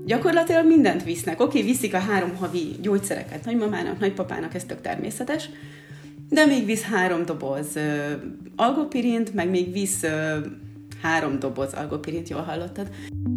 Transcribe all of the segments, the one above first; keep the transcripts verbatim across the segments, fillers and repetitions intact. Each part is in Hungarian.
gyakorlatilag mindent visznek. Oké, okay, viszik a három havi gyógyszereket nagymamának, nagypapának, ez tök természetes, de még visz három doboz uh, algopirint, meg még visz uh, három doboz algopirint, jól hallottad?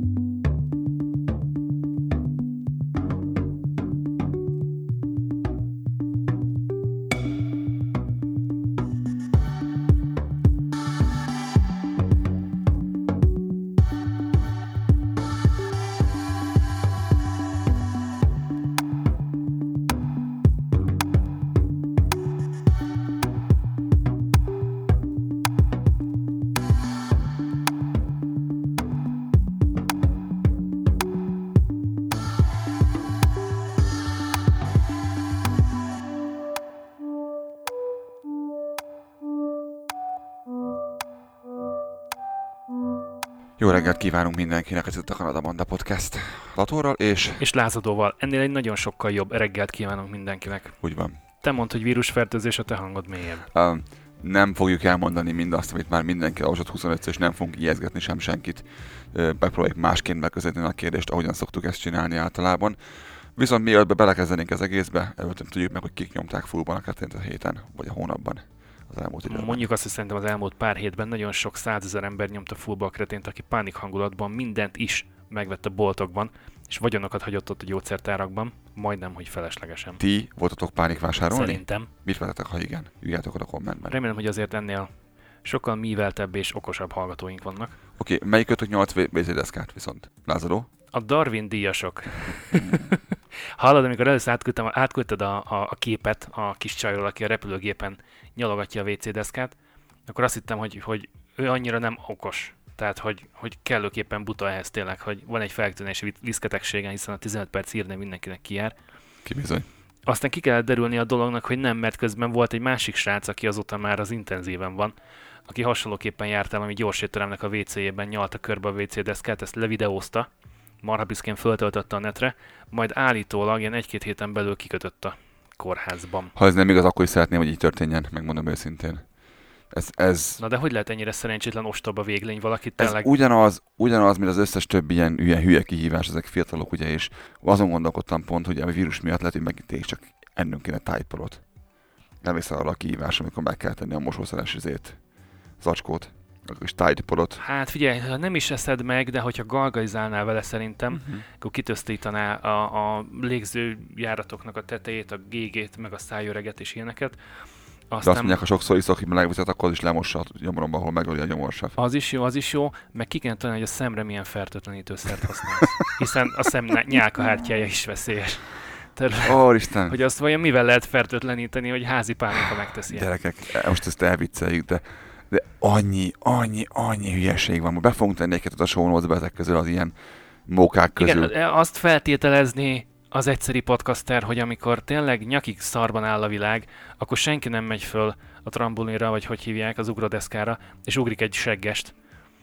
Jó reggelt kívánunk mindenkinek, ez itt a Kanada Banda Podcast Latorral és... És Lázadóval. Ennél egy nagyon sokkal jobb reggelt kívánunk mindenkinek. Úgy van. Te mondd, hogy vírusfertőzés, a te hangod mélyebb. Uh, nem fogjuk elmondani mindazt, amit már mindenki olvasott huszonötször, és nem fogunk ijeszgetni sem senkit. Uh, megpróbáljuk másként megközelíteni a kérdést, ahogyan szoktuk ezt csinálni általában. Viszont mielőtt be belekezdenénk az egészbe, előtt tudjuk meg, hogy kik nyomták fullban a kettőt a héten, vagy a hónapban. Mondjuk azt, hogy szerintem az elmúlt pár hétben nagyon sok százezer ember nyomta fullba a kretént, aki pánik hangulatban mindent is megvett a boltokban, és vagyonokat hagyott ott a gyógyszertárakban, majdnem, hogy feleslegesen. Ti voltatok pánikvásárolni? Szerintem. Mit vettetek, ha igen? Írjátok oda a kommentben. Remélem, hogy azért ennél sokkal míveltebb és okosabb hallgatóink vannak. Oké, okay, melyikötök nyolc vé cé deszkát viszont? Lázadó? A Darwin díjasok. Hallod, amikor először átküldted a, a, a képet a kis csajról, aki a repülőgépen nyalogatja a vé cé deszkát, akkor azt hittem, hogy, hogy ő annyira nem okos. Tehát, hogy, hogy kellőképpen buta ehhez tényleg, hogy van egy feltűnési viszketegsége, hiszen a tizenöt perc írni mindenkinek kijár. Ki bizony. Aztán ki kellett derülni a dolognak, hogy nem, mert közben volt egy másik srác, aki azóta már az intenzíven van, aki hasonlóképpen járt el, ami gyorsétteremnek a vé cé-jében nyalta körbe a vé cé deszkát, ezt levideózta, marha büszkén föltöltötte a netre, majd állítólag ilyen egy-két héten belül kikötött a kórházban. Ha ez nem igaz, akkor is szeretném, hogy így történjen, megmondom őszintén. Ez, ez... Na de hogy lehet ennyire szerencsétlen ostoba véglény valakit ez tényleg? ugyanaz, ugyanaz, mint az összes többi ilyen hülye, hülye kihívás, ezek fiatalok, ugye, és azon gondolkodtam pont, hogy a vírus miatt lehet, hogy megint csak ennünk kéne tájpolot. Nem vissza arra a kihívás, amikor meg kell tenni a mosószeres izét, zacskót. És Tide-podot. Hát figyelj, ha nem is eszed meg, de hogyha galgaizálnál vele szerintem, uh-huh. akkor kitisztítaná a, a légzőjáratoknak a tetejét, a gégét, meg a szájöreget és ilyeneket. Aztán... De azt mondják, ha sokszor iszok ki melegvizet, akkor az is lemossa a gyomromba, ahol megöli a gyomorsav. Az is jó, az is jó, meg ki kell tanulni, hogy a szemre milyen fertőtlenítőszert használsz. Hiszen a szem nyálkahártyája is veszélyes. Ó, Isten! Hogy azt vajon mivel lehet fertőtleníteni, hogy házi pánika megteszi. Gyerekek, most ezt elvicceljük, de De annyi, annyi, annyi hülyeség van. Be fogunk tenni egyet a show notes-be ezek közül az ilyen mókák közül. Igen, azt feltételezni az egyszeri podcaster, hogy amikor tényleg nyakig szarban áll a világ, akkor senki nem megy föl a trambulinra, vagy hogy hívják, az ugrodeszkára, és ugrik egy seggest.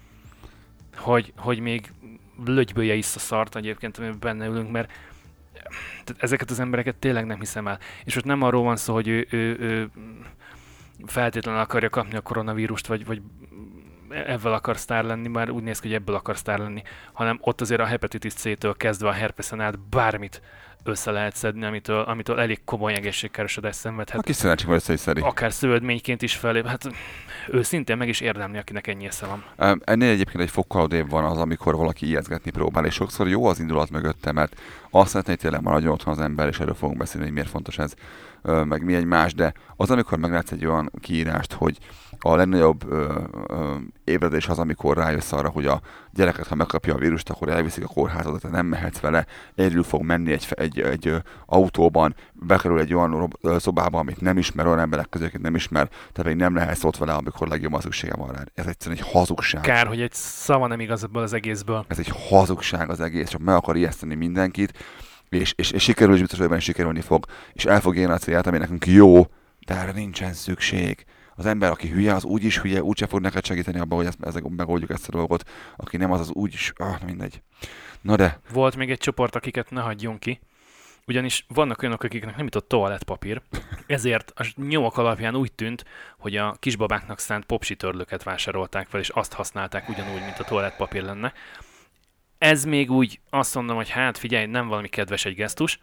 Hogy, hogy még lögybölje is a szart egyébként, amiben benne ülünk, mert ezeket az embereket tényleg nem hiszem el. És most nem arról van szó, hogy ő, ő, ő feltétlenül akarja kapni a koronavírust, vagy, vagy ebből akar sztár lenni, már úgy néz ki, hogy ebből akar sztár lenni, hanem ott azért a hepatitis C-től kezdve a herpeszen át bármit össze lehet szedni, amitől, amitől elég komoly egészségkárosodást szenvedhet. Aki szerencsém, hogy össze is szedi. Akár szövődményként is felép. Hát őszintén meg is érdemli, akinek ennyi esze van. Ennél egyébként egy fokkal odébb van az, amikor valaki ijeszgetni próbál, és sokszor jó az indulat mögötte, mert azt szeretné, hogy tényleg maradjon otthon az ember, és erről fogunk beszélni, hogy miért fontos ez, meg mi egy más, de az, amikor meglátsz egy olyan kiírást, hogy a legnagyobb ö, ö, ébredés az, amikor rájössz arra, hogy a gyereket, ha megkapja a vírust, akkor elviszik a kórházba, tehát nem mehetsz vele, egyről fog menni egy, egy, egy, egy autóban, bekerül egy olyan szobába, amit nem ismer, olyan emberek közül, nem ismer, tehát pedig nem lehetsz ott vele, amikor legjobban szüksége van rá. Ez egyszerűen egy hazugság. Kár, hogy egy szava nem igaz ebből az egészből. Ez egy hazugság az egész, csak meg akar ijeszteni mindenkit, és, és, és sikerül, és biztos, hogy ebben sikerülni fog, és el fog érni a célját, ami nekünk jó, de erre nincsen szükség. Az ember, aki hülye, az úgyis hülye, úgyse fog neked segíteni abban, hogy ezt, ezek, megoldjuk ezt a dolgot. Aki nem, az az úgyis, ah, mindegy. Na de. Volt még egy csoport, akiket ne hagyjunk ki. Ugyanis vannak olyanok, akiknek nem jutott toalettpapír, ezért a nyomok alapján úgy tűnt, hogy a kisbabáknak szánt popsi törlőket vásárolták fel, és azt használták ugyanúgy, mint a toalettpapír lenne. ez még úgy azt mondom, hogy hát figyelj, nem valami kedves egy gesztus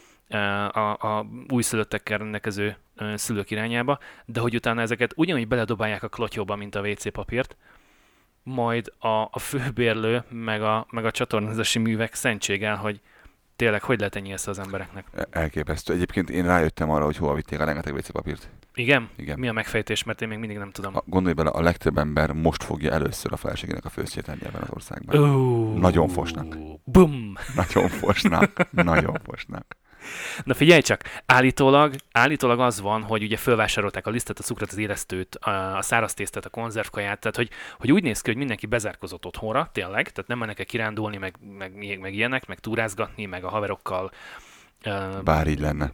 a, a újszülöttekkel rendelkező szülők irányába, de hogy utána ezeket ugyanúgy beledobálják a klotyóba, mint a vé cé papírt, majd a, a főbérlő, meg a, meg a csatornázási művek szentséggel, hogy tényleg hogy lehet ennyi ezt az embereknek. Elképesztő. Egyébként én rájöttem arra, hogy hova vitték a rengeteg vé cé papírt. Igen? Igen? Mi a megfejtés, mert én még mindig nem tudom. A, gondolj bele, a legtöbb ember most fogja először a feleségének a főztjét enni ebben az országban. Uh, Nagyon fosnak. Bum! Nagyon fosnak. Nagyon fosnak. Na figyelj csak, állítólag, állítólag az van, hogy ugye fölvásárolták a lisztet, a cukrot, az élesztőt, a száraz tésztát, a konzervkaját, tehát hogy, hogy úgy néz ki, hogy mindenki bezárkozott otthonra, tényleg, tehát nem mennek el kirándulni, meg, meg, meg ilyenek, meg túrázgatni, meg a haverokkal bár így lenne.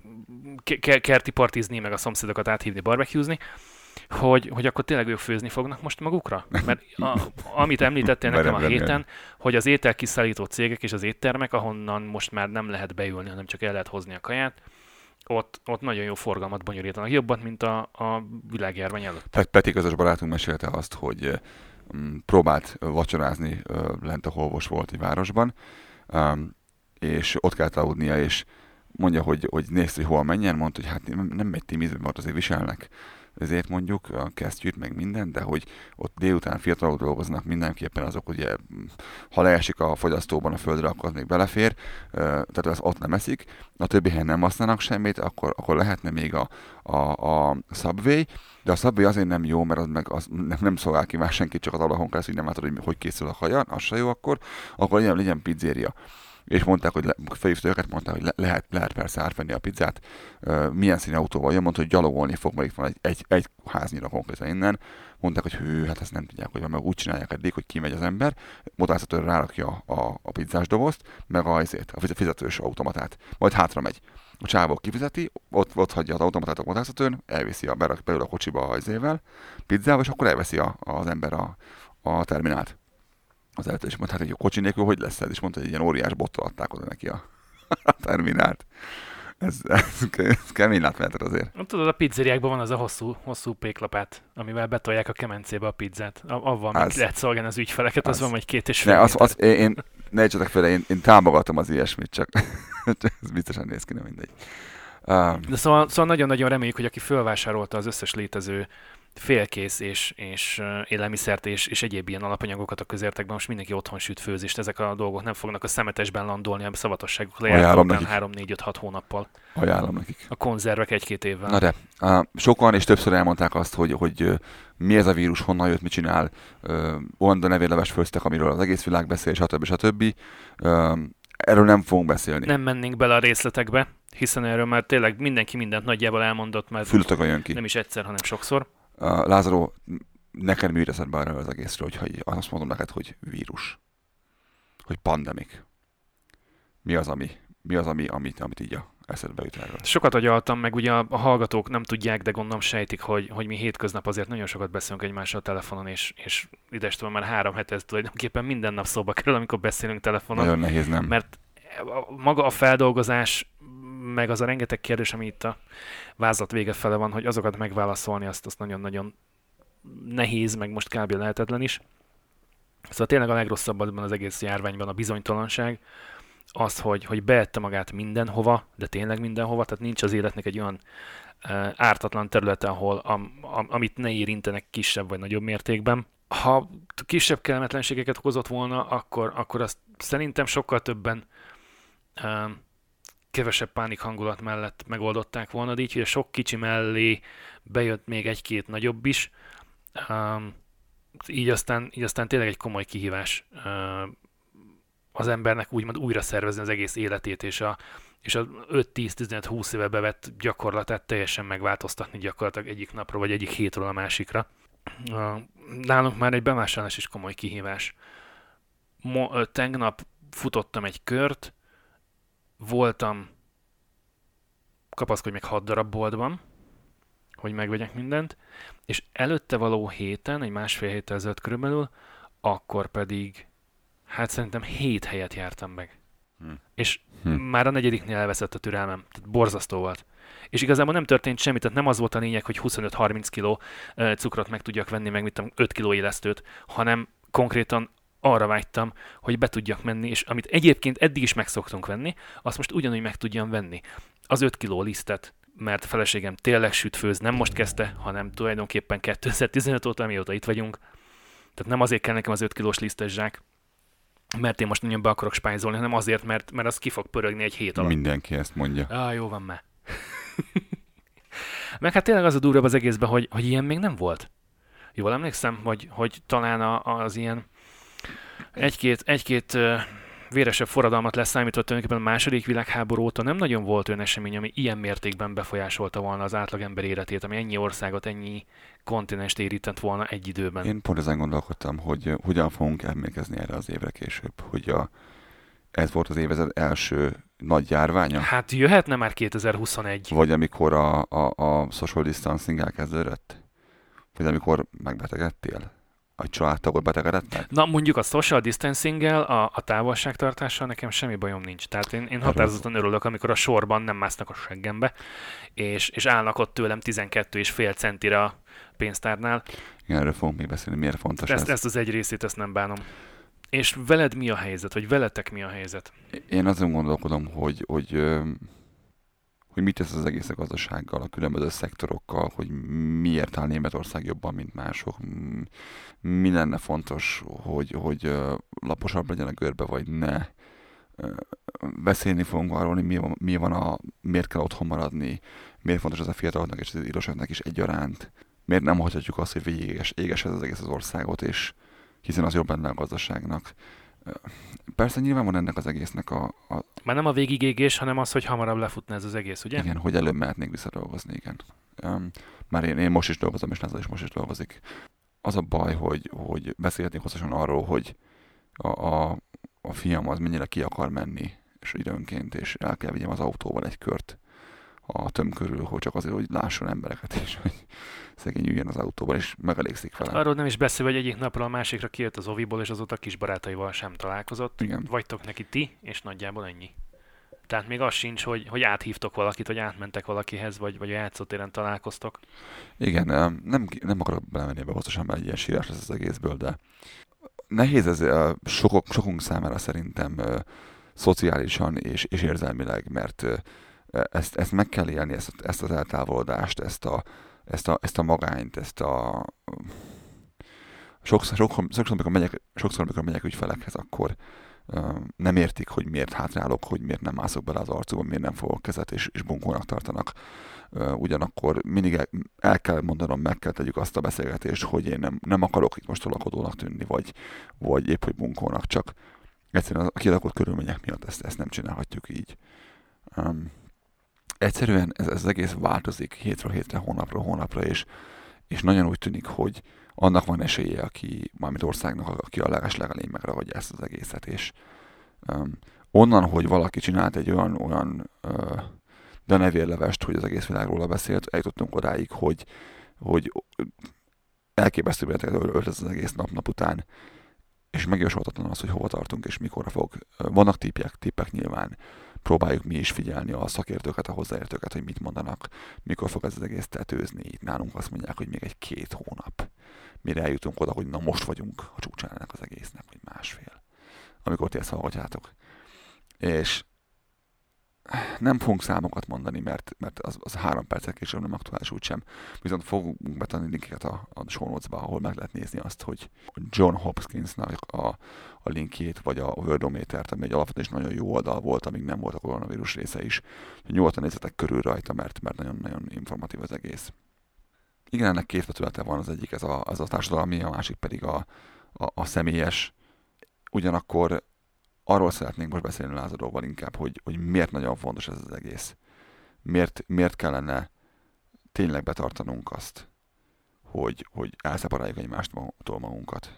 K- kerti partizni, meg a szomszédokat áthívni, barbecuezni, hogy, hogy akkor tényleg ők főzni fognak most magukra? Mert a, amit említettél nekem a héten, hogy az ételkiszállító cégek és az éttermek, ahonnan most már nem lehet beülni, hanem csak el lehet hozni a kaját, ott, ott nagyon jó forgalmat bonyolítanak. Jobbat, mint a, a világjárvány előtt. Peti közös barátunk mesélte azt, hogy um, próbált vacsorázni uh, lent, ahol most volt egy városban, um, és ott kellett aludnia, és mondja, hogy, hogy nézd, hogy hol menjen, mondta, hogy hát nem megy tímizbe, mert azért viselnek. Ezért mondjuk a kesztyűt, meg minden, de hogy ott délután fiatalok dolgoznak, mindenképpen azok, ugye, ha leesik a fogyasztóban a földre, akkor az még belefér, tehát az ott nem eszik, a többi helyen nem használnak semmit, akkor, akkor lehetne még a, a, a Subway, de a Subway azért nem jó, mert az meg az nem, nem szolgál ki már senkit, csak az alakon keresztül, hogy nem látod, hogy hogy készül a haja, az se jó akkor, akkor legyen, legyen pizzéria. És mondták, hogy le, felhívta őket, mondták, hogy le, lehet, lehet persze átvenni a pizzát, uh, milyen színű autóval jön, mondta, hogy gyalogolni fog, mert itt van egy, egy, egy háznyira konkrétan innen. Mondták, hogy hű, hát ezt nem tudják, hogy meg úgy csinálják eddig, hogy kimegy az ember, motorházatőre rárakja a, a, a pizzás dobozt, meg a, a fizetős automatát, majd hátra megy. A csávó kifizeti, ott, ott hagyja az automatát a motorházatőn, elviszi a, berak, beül a kocsiba a hajzével, pizzával, és akkor elveszi a, az ember a, a terminált. Az előtt is mondta, hát, hogy a kocsi nélkül hogy lesz ez? És mondta, hogy egy ilyen óriás bottal adták oda neki a, a terminált. Ez, ez, ez kemény látványt azért. Tudod, a pizzériákban van az a hosszú, hosszú péklapát, amivel betolják a kemencébe a pizzát. Avval még lehet szolgálni az ügyfeleket, az, az van majd két és fél ne, az, az, én, én, ne ejtsetek fel, én, én támogatom az ilyesmit, csak ez biztosan néz ki, nem mindegy. Um, De szóval, szóval nagyon-nagyon reméljük, hogy aki fölvásárolta az összes létező félkész és, és uh, élelmiszert és, és egyéb ilyen alapanyagokat a közértekben, most mindenki otthon süt főzést, ezek a dolgok nem fognak a szemetesben landolni, a szavatosságuk lejárt után három négy öt hat hónappal. Ajánlom nekik. A konzervek egy-két évvel. Na de, uh, sokan és többször elmondták azt, hogy, hogy uh, mi ez a vírus, honnan jött, mit csinál, uh, olyan nevérleves főztek, amiről az egész világ beszél, stb. stb. Uh, erről nem fogunk beszélni. Nem mennénk bele a részletekbe, hiszen erről már tényleg mindenki mindent nagyjából elmondott, mert Fülötökön jön ki. Nem is egyszer, hanem sokszor. Uh, Lázaro, neked mi jut eszedbe erről az egészről, hogyha azt mondom neked, hogy vírus, hogy pandemik. Mi az, ami, mi az, ami, amit, amit így a eszedbe jut erről? Sokat agyaltam, meg ugye a hallgatók nem tudják, de gondolom sejtik, hogy, hogy mi hétköznap azért nagyon sokat beszélünk egymással a telefonon, és, és idestől már három hete ez tulajdonképpen minden nap szóba kerül, amikor beszélünk telefonon. Nagyon nehéz, nem? Mert maga a feldolgozás, meg az a rengeteg kérdés, ami itt a vázlat vége fele van, hogy azokat megválaszolni, azt, azt nagyon-nagyon nehéz, meg most kb. Lehetetlen is. Szóval tényleg a legrosszabb abban az egész járványban a bizonytalanság, az, hogy, hogy beette magát mindenhova, de tényleg mindenhova, tehát nincs az életnek egy olyan uh, ártatlan területe, ahol am, am, amit ne érintenek kisebb vagy nagyobb mértékben. Ha kisebb kellemetlenségeket okozott volna, akkor, akkor azt szerintem sokkal többen uh, kevesebb pánik hangulat mellett megoldották volna, de így, hogy a sok kicsi mellé bejött még egy-két nagyobb is. Um, így, aztán, így aztán tényleg egy komoly kihívás uh, az embernek úgymond újra szervezni az egész életét, és a, és a öt-tíz-tizenöt-húsz éve bevett gyakorlatát teljesen megváltoztatni gyakorlatilag egyik napra, vagy egyik hétről a másikra. Uh, nálunk már egy bevásárlás is komoly kihívás. Mo- tegnap futottam egy kört, voltam, kapaszkodj meg hat darab boltban, hogy megvegyek mindent, és előtte való héten, egy másfél héttel ezelőtt körülbelül, akkor pedig, hát szerintem hét helyet jártam meg. Hm. És hm. már a negyediknél elveszett a türelmem, tehát borzasztó volt. És igazából nem történt semmi, tehát nem az volt a lényeg, hogy huszonöt-harminc kiló cukrot meg tudjak venni, meg mit tudom, öt kiló élesztőt, hanem konkrétan arra vágytam, hogy be tudjak menni, és amit egyébként eddig is meg szoktunk venni, azt most ugyanúgy meg tudjam venni. Az öt kiló lisztet, mert a feleségem tényleg sütfőz, nem most kezdte, hanem tulajdonképpen kétezer-tizenöt óta, amióta itt vagyunk. Tehát nem azért kell nekem az öt kilós lisztes zsák, mert én most nagyon be akarok spájzolni, hanem azért, mert, mert az ki fog pörögni egy hét alatt. Mindenki ezt mondja. Ah, jó van már. Meg hát tényleg az a durvább az egészben, hogy, hogy ilyen még nem volt. Jól emlékszem, hogy, hogy talán a, az ilyen egy-két, egy-két uh, véresebb forradalmat leszámított tulajdonképpen a második világháború óta nem nagyon volt olyan esemény, ami ilyen mértékben befolyásolta volna az átlagember életét, ami ennyi országot, ennyi kontinenst érintett volna egy időben. Én pont ezen gondolkodtam, hogy hogyan fogunk emlékezni erre az évre később, hogy a, ez volt az évezred első nagy járványa? Hát jöhetne már kétezer-huszonegy. Vagy amikor a, a, a social distancing elkezdődött? Vagy amikor megbetegedtél? A családtagod betegedett meg? Na mondjuk a social distancing-gel, a, a távolságtartással nekem semmi bajom nincs. Tehát én, én határozottan örülök, amikor a sorban nem másznak a seggembe, és, és állnak ott tőlem tizenkettő és fél centire a pénztárnál. Igen, erről fogunk még beszélni, miért fontos ezt, ez. Ezt az egy részét, ezt nem bánom. És veled mi a helyzet, vagy veletek mi a helyzet? Én azon gondolkodom, hogy, hogy, hogy mit tesz az egész a gazdasággal, a különböző szektorokkal, hogy miért áll Németország jobban, mint mások. Mi lenne fontos, hogy, hogy laposabb legyen a görbe, vagy ne. Beszélni fogunk arról, hogy mi van, mi van a, miért kell otthon maradni, miért fontos ez a fiataloknak és az idősöknek is egyaránt. Miért nem hagyhatjuk azt, hogy végig éges, éges ez az egész az országot, és hiszen az jobb lenne a gazdaságnak. Persze nyilván van ennek az egésznek a... a... Már nem a végigégés, hanem az, hogy hamarabb lefutna ez az egész, ugye? Igen, hogy előbb mehetnék visszadolgozni, igen. Um, már én, én most is dolgozom, és László is most is dolgozik. Az a baj, hogy, hogy beszélhetnék hosszasan arról, hogy a, a, a fiam az mennyire ki akar menni, és időnként, és el kell vigyem az autóval egy kört a tömb körül, hogy csak azért, hogy lásson embereket, és hogy szegény üljön az autóban, és megelégszik vele. Hát arról nem is beszél, hogy egyik napról a másikra kijött az oviból, és azóta kis barátaival sem találkozott. Igen. Vagytok neki ti, és nagyjából ennyi. Tehát még az sincs, hogy, hogy áthívtok valakit, vagy átmentek valakihez, vagy, vagy a játszótéren találkoztok. Igen, nem, nem akarok belemenni ebbe hosszasan, mert egy ilyen sírás lesz az egészből, de nehéz ez sokok, sokunk számára szerintem szociálisan és, és érzelmileg, mert ezt, ezt meg kell élni, ezt, ezt az eltávolodást, ezt a, ezt a, ezt a magányt, ezt a... Sokszor, sokszor, sokszor, amikor megyek, sokszor, amikor megyek ügyfelekhez, akkor uh, nem értik, hogy miért hátrálok, hogy miért nem mászok bele az arcukba, miért nem fogok kezet, és, és bunkónak tartanak. Uh, ugyanakkor mindig el, el kell mondanom, meg kell tegyük azt a beszélgetést, hogy én nem, nem akarok itt most tolakodónak tűnni, vagy, vagy épp, hogy bunkónak, csak egyszerűen a kialakult körülmények miatt ezt, ezt nem csinálhatjuk így. Um, Egyszerűen ez, ez az egész változik hétről hétre, hónapról hónapra, és, és nagyon úgy tűnik, hogy annak van esélye, aki, mármint országnak, aki a leges legelén megragadja ezt az egészet, és um, onnan, hogy valaki csinált egy olyan, olyan uh, denevérlevest, hogy az egész világ róla beszélt, eljutottunk odáig, hogy, hogy elképesztő betegeket ölt ez az egész nap, nap után, és megjósolhatatlan az, hogy hova tartunk, és mikorra fog. Vannak tippek, tippek nyilván. Próbáljuk mi is figyelni a szakértőket, a hozzáértőket, hogy mit mondanak, mikor fog ez az egész tetőzni. Itt nálunk azt mondják, hogy még egy két hónap, mire eljutunk oda, hogy na most vagyunk a csúcsán ennek az egésznek, vagy másfél, amikor ti ezt hallgatjátok. És nem fogunk számokat mondani, mert, mert az, az három percet később nem aktuális úgysem. Viszont fogunk betenni linkeket a, a show notes-ba, ahol meg lehet nézni azt, hogy John Hopkinsnak a, a linkjét, vagy a Worldometert, ami egy alapvetően is nagyon jó oldal volt, amíg nem volt a koronavírus része is. Nyugodtan nézzetek körül rajta, mert, mert nagyon-nagyon informatív az egész. Igen, ennek két vetülete van, az egyik ez a, az a társadalmi, a másik pedig a, a, a személyes. Ugyanakkor arról szeretnénk most beszélni Lázaróval inkább, hogy, hogy miért nagyon fontos ez az egész. Miért, miért kellene tényleg betartanunk azt, hogy, hogy elszeparáljuk egymástól magunkat.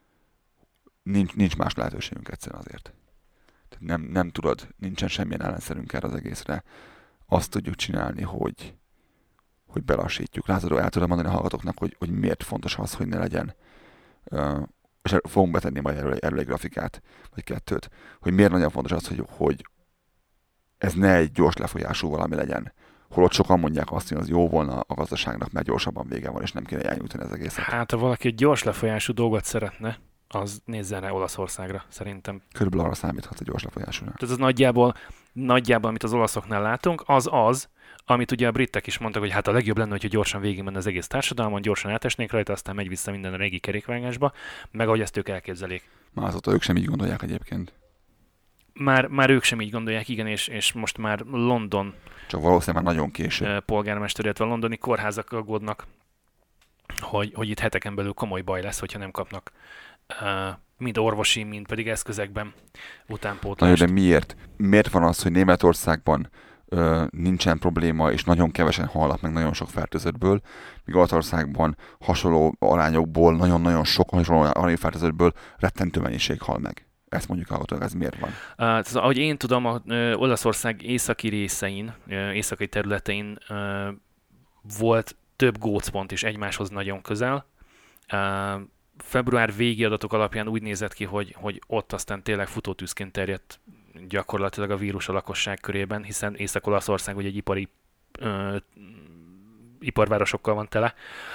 Nincs, nincs más lehetőségünk egyszerűen azért. Tehát nem, nem tudod, nincsen semmilyen ellenszerünk erre az egészre. Azt tudjuk csinálni, hogy, hogy belassítjuk. Lázaró, el tudom mondani a hallgatóknak, hogy, hogy miért fontos az, hogy ne legyen... Uh, és fogunk betenni majd erről, erről egy grafikát, vagy kettőt, hogy miért nagyon fontos az, hogy, hogy ez ne egy gyors lefolyású valami legyen. Holott sokan mondják azt, hogy az jó volna a gazdaságnak, mert gyorsabban vége van, és nem kéne elnyújtani az egészet. Hát, ha valaki egy gyors lefolyású dolgot szeretne, az nézzen rá Olaszországra, szerintem. Körülbelül arra számíthat a gyors lefolyásolás. Tehát az nagyjából, nagyjából, amit az olaszoknál látunk, az az, amit ugye a britek is mondtak, hogy hát a legjobb lenne, hogyha gyorsan végigmenne az egész társadalmon, gyorsan átesnék rajta, aztán megy vissza minden a régi kerékvágásba, meg ahogy ezt ők elképzelik. Már azóta ők sem így gondolják egyébként. Már, már ők sem így gondolják, igen, és, és most már London Csak valószínűleg már nagyon késő. polgármester, illetve a londoni kórházak aggódnak, hogy, hogy itt heteken belül komoly baj lesz, hogyha nem kapnak uh, mind orvosi, mind pedig eszközekben utánpótlást. Na, de miért? Miért van az, hogy Németországban ö, nincsen probléma, és nagyon kevesen halnak meg nagyon sok fertőzöttből, míg Olaszországban hasonló arányokból, nagyon-nagyon sok hasonló arányú fertőzöttből rettentő mennyiség hal meg? Ezt mondjuk hallgatók, ez miért van? Uh, ahogy én tudom, a, ö, Olaszország északi részein, ö, északi területein ö, volt több gócpont is egymáshoz nagyon közel. Uh, február végi adatok alapján úgy nézett ki, hogy, hogy ott aztán tényleg futótűzként terjedt gyakorlatilag a vírus a lakosság körében, hiszen Észak-Olaszország ugye egy ipari ö, iparvárosokkal van tele.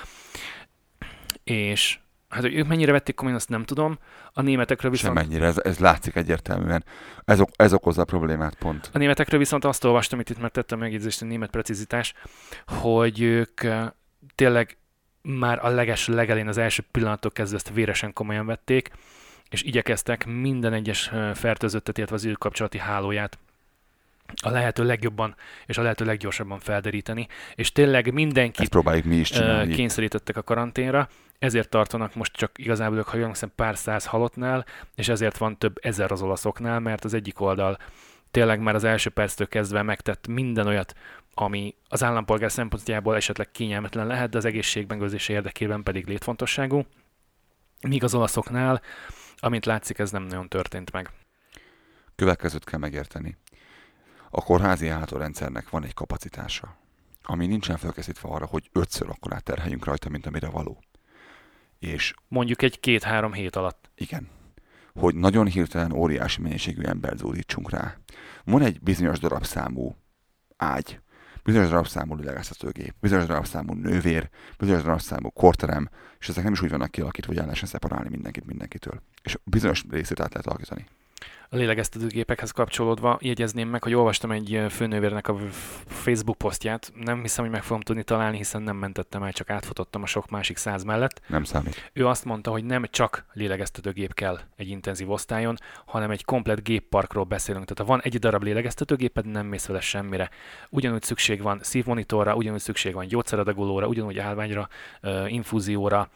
És hát, hogy ők mennyire vették komolyan, azt nem tudom. A németekről viszont... Semmennyire, ez, ez látszik egyértelműen. Ez, ez okozza a problémát pont. A németekről viszont azt olvastam, itt, itt már tettem megjegyzést, a német precizitás, hogy ők tényleg már a leges legelén az első pillanattól kezdve ezt véresen komolyan vették, és igyekeztek minden egyes fertőzöttet, illetve az ő kapcsolati hálóját a lehető legjobban és a lehető leggyorsabban felderíteni, és tényleg mindenkit ezt próbáljuk mi is csinálni. Kényszerítettek a karanténra, ezért tartanak most csak igazából ők, ha jól hiszem, pár száz halottnál, és ezért van több ezer az olaszoknál, mert az egyik oldal tényleg már az első perctől kezdve megtett minden olyat, ami az állampolgár szempontjából esetleg kényelmetlen lehet, de az egészségmegőrzése érdekében pedig létfontosságú. Míg az olaszoknál, amint látszik, ez nem nagyon történt meg. Következőt kell megérteni. A kórházi ellátórendszernek van egy kapacitása, ami nincsen felkészítve arra, hogy ötször akkorát terheljünk rajta, mint amire való. És mondjuk egy két-három hét alatt. Igen. Hogy nagyon hirtelen óriási mennyiségű embert zúdítsunk rá. Van egy bizonyos darabszámú ágy, bizonyos darabszámú lélegeztetőgép, bizonyos darabszámú nővér, bizonyos darabszámú korterem, és ezek nem is úgy vannak kialakítva, hogy el lehessen szeparálni mindenkit mindenkitől. És bizonyos részét át lehet alakítani. A lélegeztetőgépekhez kapcsolódva jegyezném meg, hogy olvastam egy főnővérnek a Facebook posztját. Nem hiszem, hogy meg fogom tudni találni, hiszen nem mentettem el, csak átfutottam a sok másik száz mellett. Nem számít. Ő azt mondta, hogy nem csak lélegeztetőgép kell egy intenzív osztályon, hanem egy komplett gépparkról beszélünk. Tehát ha van egy darab lélegeztetőgéped, nem mész vele semmire. Ugyanúgy szükség van szívmonitorra, ugyanúgy szükség van gyógyszeradagolóra, ugyanúgy állványra, infúzióra,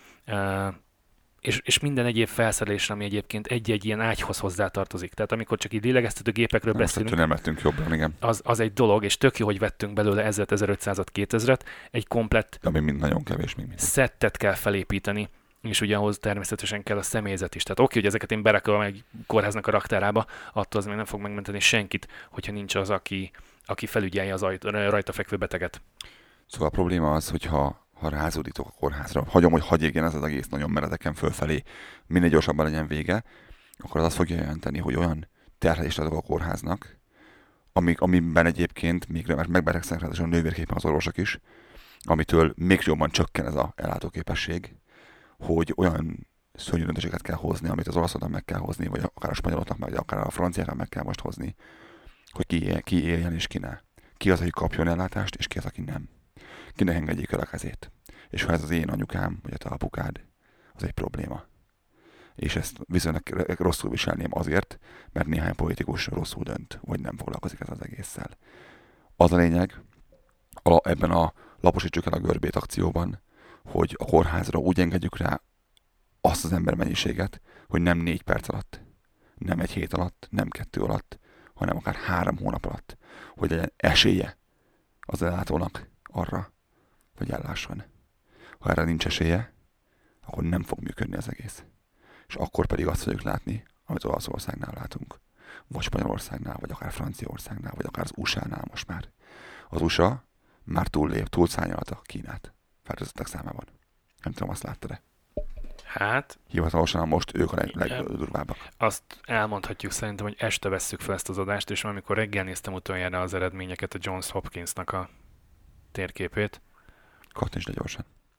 És, és minden egyéb felszerelésre, ami egyébként egy-egy ilyen ágyhoz hozzátartozik. Tehát amikor csak így lélegeztető gépekről nem, beszélünk, nem lettünk jobban, igen. Az, az egy dolog, és tök jó, hogy vettünk belőle ezret, ezerötszázat, kétezret, egy komplett ami mind nagyon kevés még minden. szettet kell felépíteni, és ugye ahhoz természetesen kell a személyzet is. Tehát oké, hogy ezeket én berakom egy kórháznak a raktárába, attól az még nem fog megmenteni senkit, hogyha nincs az, aki, aki felügyelje az ajt, rajta fekvő beteget. Szóval a probléma az, hogyha ha rázódítok a kórházra, hagyom, hogy hagyjégjen ez az egész nagyon meredeken fölfelé, minél gyorsabban legyen vége, akkor az azt fogja jelenteni, hogy olyan terhelést adok a kórháznak, amik, amiben egyébként még megbetegszenek ráadásul a nővérképpen az orvosok is, amitől még jobban csökken ez az ellátóképesség, hogy olyan szörnyű döntéseket kell hozni, amit az olaszoknak meg kell hozni, vagy akár a spanyoloknak, vagy akár a franciáknak meg kell most hozni, hogy ki, él, ki éljen és ki ne. Ki az, aki kapjon ellátást, és ki az, aki nem. Kinek engedjék el a kezét. És ha ez az én anyukám, vagy a te apukád, az egy probléma. És ezt viszonylag rosszul viselném azért, mert néhány politikus rosszul dönt, vagy nem foglalkozik ez az egésszel. Az a lényeg, a, ebben a laposítsuk el a görbét akcióban, hogy a kórházra úgy engedjük rá azt az ember mennyiséget, hogy nem négy perc alatt, nem egy hét alatt, nem kettő alatt, hanem akár három hónap alatt, hogy legyen esélye az ellátónak arra, hogy ellásson. Ha erre nincs esélye, akkor nem fog működni az egész. És akkor pedig azt fogjuk látni, amit Olaszországnál látunk, vagy Spanyolországnál, vagy akár Franciaországnál, vagy akár az u es á-nál most már. Az u es á már túllép, túlszányalta Kínát fertőzöttek számában. Nem tudom, azt láttad-e? Hát... Hivatalosan most ők a leg, legdurvábbak. Azt elmondhatjuk szerintem, hogy este vesszük fel ezt az adást, és amikor reggel néztem utoljára az eredményeket, a Johns Hopkinsnak a térképét. Kattints le gyorsan.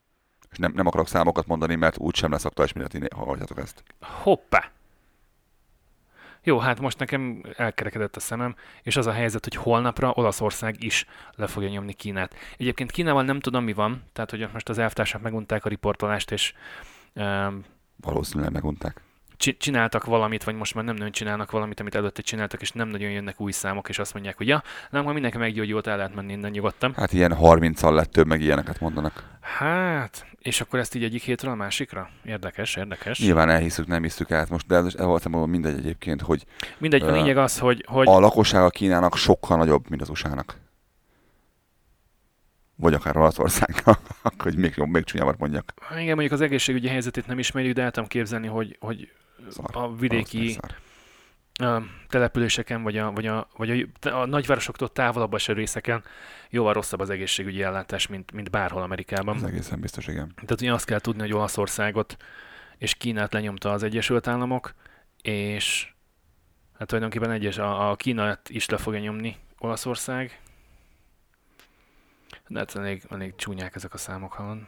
És nem, nem akarok számokat mondani, mert úgysem lesz aktuális, mindent, ha halljátok ezt. Hoppá! Jó, hát most nekem elkerekedett a szemem, és az a helyzet, hogy holnapra Olaszország is le fogja nyomni Kínát. Egyébként Kínával nem tudom, mi van, tehát hogy most az elvtársak megunták a riportolást, és um, valószínűleg megunták. Csináltak valamit, vagy most már nem nagyon csinálnak valamit, amit előtte csináltak, és nem nagyon jönnek új számok, és azt mondják, hogy ja, nem, ha mindenki meggyógyult, el lehet menni innen nyugodtan. Hát ilyen harminccal lett több, meg ilyeneket mondanak. Hát, és akkor ezt így egyik hétről a másikra? Érdekes, érdekes. Nyilván elhiszük, nem hiszük át most, de ez voltam mindegy egyébként, hogy... Mindegy, a lényeg az, hogy... hogy... A lakossága Kínának sokkal nagyobb, mint az u es á-nak. Vagy akár Olaszországnak, hogy még jobb, még csúnyámat mondjak. Igen, mondjuk az egészségügyi helyzetét nem ismerjük, de el tudom képzelni, hogy, hogy szar, a vidéki a településeken, vagy, a, vagy, a, vagy a, a nagyvárosoktól távolabb eső részeken jóval rosszabb az egészségügyi ellátás, mint, mint bárhol Amerikában. Ez egészen biztos, igen. Tehát ugye azt kell tudni, hogy Olaszországot és Kínát lenyomta az Egyesült Államok, és hát tulajdonképpen egyes, a, a Kínát is le fogja nyomni Olaszország. De hát elég, elég csúnyák ezek a számok, hallod.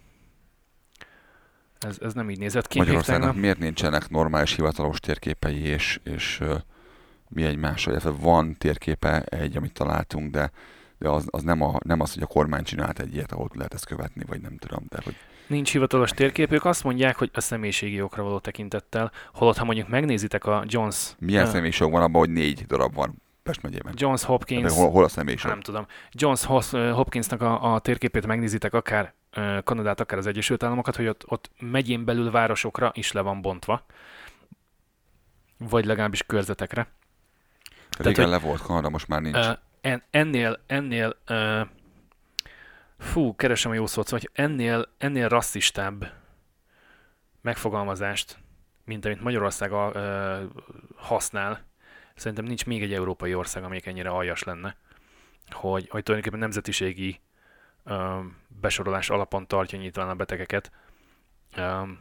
Ez, ez nem így nézett ki. Magyarországnak miért nincsenek normális hivatalos térképei, és, és uh, mi egymással, illetve van térképe egy, amit találtunk, de, de az, az nem, a, nem az, hogy a kormány csinált egy ilyet, ahol lehet ezt követni, vagy nem tudom. De, hogy... Nincs hivatalos térkép, ők azt mondják, hogy a személyiségi okra való tekintettel, holott ha mondjuk megnézitek a Johns... Milyen uh, személyiség van abban, hogy négy darab van Pest megyében? Johns Hopkins... Hol, hol a személyiség? Nem tudom. Johns Hopkinsnak a, a térképét megnézitek, akár Kanadát, akár az Egyesült Államokat, hogy ott, ott megyén belül városokra is le van bontva. Vagy legalábbis körzetekre. Régen Tehát, le volt Kanada, most már nincs. En, ennél, ennél uh, fú, keresem a jó szót, szóval, hogy ennél, ennél rasszistább megfogalmazást, mint amit Magyarország uh, használ, szerintem nincs még egy európai ország, amelyik ennyire aljas lenne, hogy, hogy tulajdonképpen nemzetiségi um, besorolás alapon tartja nyitván a betegeket. Um,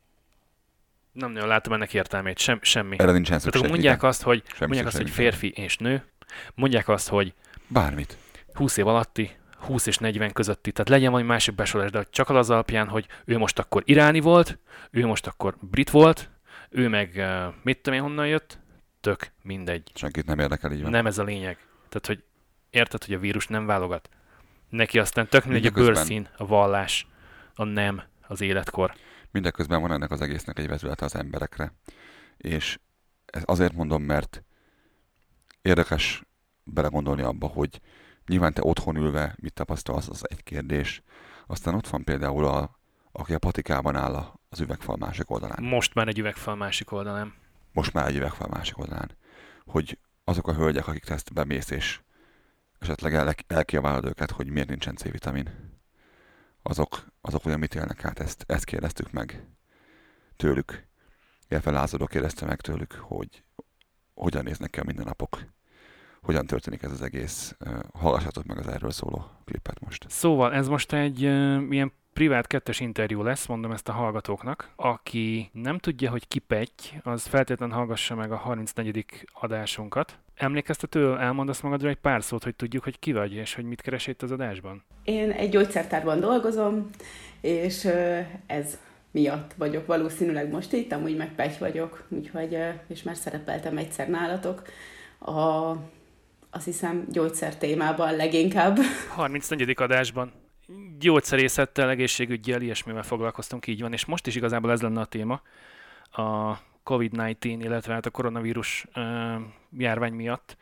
nem nagyon látom ennek értelmét, sem, semmi. Erre nincsen szükség. Mondják azt, hogy, mondják azt, hogy férfi és nő, mondják azt, hogy bármit. húsz év alatti, húsz és negyven közötti, tehát legyen valami másik besorolás, de csak az alapján, hogy ő most akkor iráni volt, ő most akkor brit volt, ő meg uh, mit tudom én honnan jött, tök mindegy. Senkit nem érdekel, így van. Nem ez a lényeg. Tehát, hogy érted, hogy a vírus nem válogat. Neki aztán tök mindegy a bőrszín, a vallás, a nem, az életkor. Mindeközben van ennek az egésznek egy vetülete az emberekre. És azért mondom, mert érdekes belegondolni abba, hogy nyilván te otthon ülve mit tapasztalsz, az egy kérdés. Aztán ott van például, a, aki a patikában áll az üvegfal másik oldalán. Most már egy üvegfal másik oldalán. Most már egy üvegfal másik oldalán. Hogy azok a hölgyek, akik ezt bemész, és esetleg el, elkiabálod őket, hogy miért nincsen C-vitamin. Azok, azok olyan mit élnek át, ezt, ezt kérdeztük meg tőlük. Illetve Lázadó kérdezte meg tőlük, hogy hogyan néznek ki a mindennapok. Hogyan történik ez az egész. Hallgassatok meg az erről szóló klipet most. Szóval ez most egy uh, ilyen privát kettes interjú lesz, mondom ezt a hallgatóknak. Aki nem tudja, hogy ki Petty, az feltétlenül hallgassa meg a harmincnegyedik adásunkat. Emlékeztető, elmondasz magadra egy pár szót, hogy tudjuk, hogy ki vagy, és hogy mit keres itt az adásban? Én egy gyógyszertárban dolgozom, és ez miatt vagyok valószínűleg most itt, amúgy meg Petty vagyok, úgyhogy, és már szerepeltem egyszer nálatok. A, azt hiszem gyógyszer témában leginkább. harmincnegyedik adásban. Gyógyszerészettel, egészségüggyel, ilyesmivel foglalkoztunk, így van, és most is igazából ez lenne a téma, a kovid tizenkilenc, illetve hát a koronavírus uh, járvány miatt,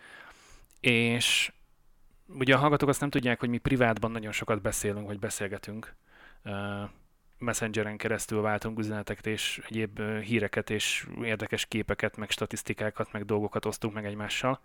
és ugye a hallgatók azt nem tudják, hogy mi privátban nagyon sokat beszélünk, vagy beszélgetünk, uh, Messengeren keresztül váltunk üzeneteket, és egyéb uh, híreket, és érdekes képeket, meg statisztikákat, meg dolgokat osztunk meg egymással.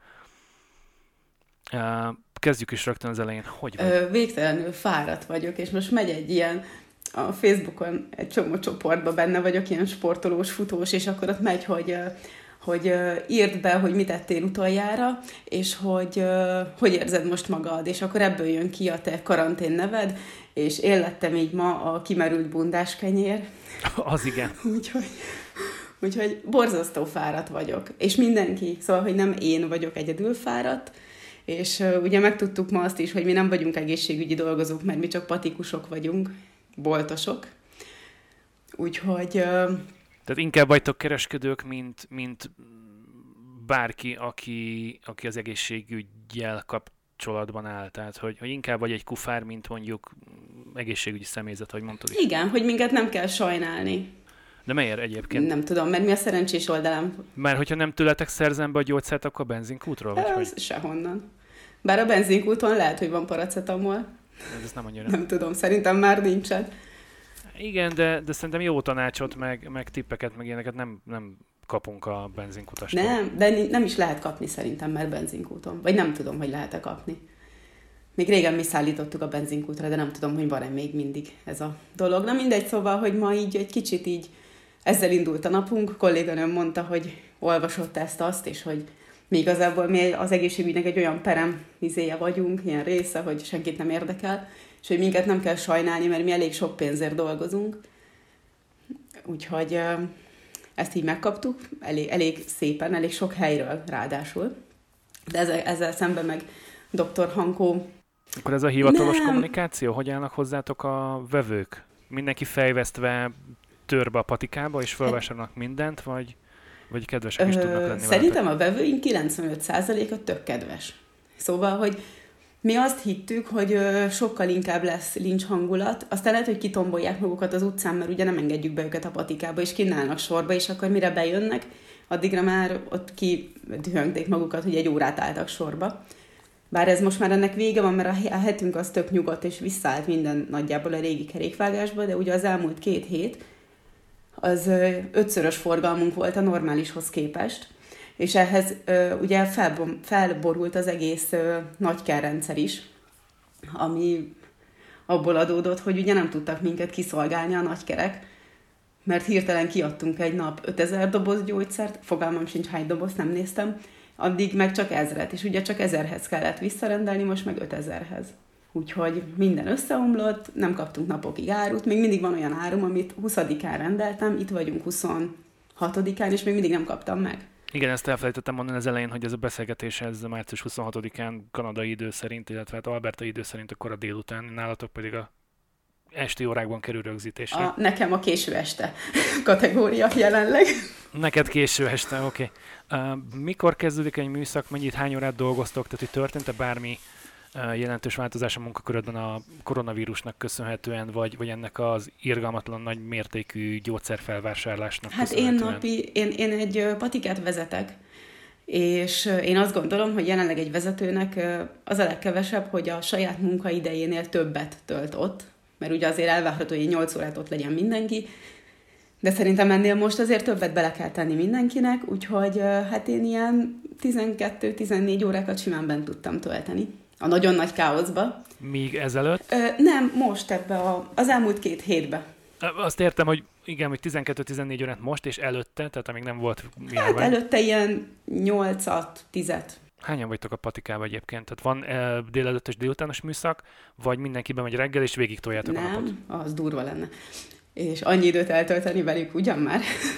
Uh, kezdjük is rögtön az elején. Hogy vagy? Ö, végtelenül fáradt vagyok, és most megy egy ilyen, a Facebookon egy csomó csoportban benne vagyok, ilyen sportolós, futós, és akkor ott megy, hogy, hogy írd be, hogy mit ettél utoljára, és hogy hogy érzed most magad, és akkor ebből jön ki a te karantén neved, és én lettem így ma a kimerült bundás kenyér. Az igen. úgyhogy, úgyhogy borzasztó fáradt vagyok. És mindenki, szóval, hogy nem én vagyok egyedül fáradt, és uh, ugye megtudtuk ma azt is, hogy mi nem vagyunk egészségügyi dolgozók, mert mi csak patikusok vagyunk, boltosok. Úgyhogy... Tehát inkább vagytok kereskedők, mint, mint bárki, aki, aki az egészségüggyel kapcsolatban áll. Tehát, hogy, hogy inkább vagy egy kufár, mint mondjuk egészségügyi személyzet, hogy mondtad is. Igen, hogy minket nem kell sajnálni. De miért egyébként? Nem tudom, mert mi a szerencsés oldalám. Mert hogyha nem tőletek szerzem be a gyógyszert, akkor a benzinkútról? Vagy Ez hogy? Sehonnan. Bár a benzinkúton lehet, hogy van paracetamol. Ez nem annyira. Nem tudom, szerintem már nincsen. Igen, de, de szerintem jó tanácsot, meg, meg tippeket, meg ilyeneket nem, nem kapunk a benzinkutastól. Nem, de nem is lehet kapni szerintem már benzinkúton. Vagy nem tudom, hogy lehet-e kapni. Még régen mi szállítottuk a benzinkútra, de nem tudom, hogy van-e még mindig ez a dolog. Na mindegy, szóval, hogy ma így egy kicsit így ezzel indult a napunk. A kolléganőm mondta, hogy olvasott ezt-azt, és hogy mi igazából mi az egészségügynek egy olyan perem izéje vagyunk, ilyen része, hogy senkit nem érdekel, és hogy minket nem kell sajnálni, mert mi elég sok pénzért dolgozunk. Úgyhogy ezt így megkaptuk, elég, elég szépen, elég sok helyről ráadásul. De ezzel, ezzel szemben meg doktor Hankó... Akkor ez a hivatalos nem. kommunikáció? Hogy állnak hozzátok a vevők? Mindenki fejvesztve tör be a patikába, és felvásárolnak mindent, vagy, vagy kedvesek is Ö, tudnak lenni Szerintem veletek? a vevőink kilencvenöt százaléka tök kedves. Szóval, hogy mi azt hittük, hogy ö, sokkal inkább lesz lincs hangulat, aztán lehet, hogy kitombolják magukat az utcán, mert ugye nem engedjük be őket a patikába, és kínálnak sorba, és akkor mire bejönnek, addigra már ott kidühöngték magukat, hogy egy órát álltak sorba. Bár ez most már ennek vége van, mert a hetünk az tök nyugodt, és visszaállt minden nagyjából a régi kerékvágásba, de ugye az elmúlt két hét az ö, ötszörös forgalmunk volt a normálishoz képest, és ehhez ö, ugye felbom, felborult az egész ö, nagykerrendszer is, ami abból adódott, hogy ugye nem tudtak minket kiszolgálni a nagykerek, mert hirtelen kiadtunk egy nap ötezer doboz gyógyszert, fogalmam sincs hány doboz, nem néztem, addig meg csak ezret, és ugye csak ezerhez kellett visszarendelni, most meg ötezerhez. Úgyhogy minden összeomlott, nem kaptunk napokig árut, még mindig van olyan árum, amit huszadikán rendeltem, itt vagyunk huszonhatodikán, és még mindig nem kaptam meg. Igen, ezt elfelejtettem mondani az elején, hogy ez a beszélgetés ez március huszonhatodikán kanadai idő szerint, illetve hát albertai idő szerint akkor a délután, nálatok pedig a esti órákban kerül rögzítésre. A, nekem a késő este kategória jelenleg. Neked késő este, oké. Okay. Uh, mikor kezdődik egy műszak, mennyit, hány órát dolgoztok, tehát hogy történt-e bármi uh, jelentős változás a munkakörödben a koronavírusnak köszönhetően, vagy, vagy ennek az irgalmatlan nagy mértékű gyógyszerfelvásárlásnak Hát köszönhetően? én napi, én, én egy patikát vezetek, és én azt gondolom, hogy jelenleg egy vezetőnek az a legkevesebb, hogy a saját munkaidejénél többet tölt ott, mert ugye azért elvárható, hogy nyolc órát ott legyen mindenki, de szerintem ennél most azért többet bele kell tenni mindenkinek, úgyhogy hát én ilyen tizenkettő-tizennégy órákat simán bent tudtam tölteni. A nagyon nagy káoszba. Míg ezelőtt? Ö, nem, most ebbe a, az elmúlt két hétbe. Azt értem, hogy igen, hogy tizenkettő-tizennégy órát most, és előtte, tehát amíg nem volt járvány. Hát előtte ilyen nyolcat, tízet. Hányan vagytok a patikában egyébként? Tehát van e, délelőttes, délutános műszak, vagy mindenki bemegy reggel, és végig toljátok a napot? Nem, az durva lenne. És annyi időt eltölteni velük, ugyan már?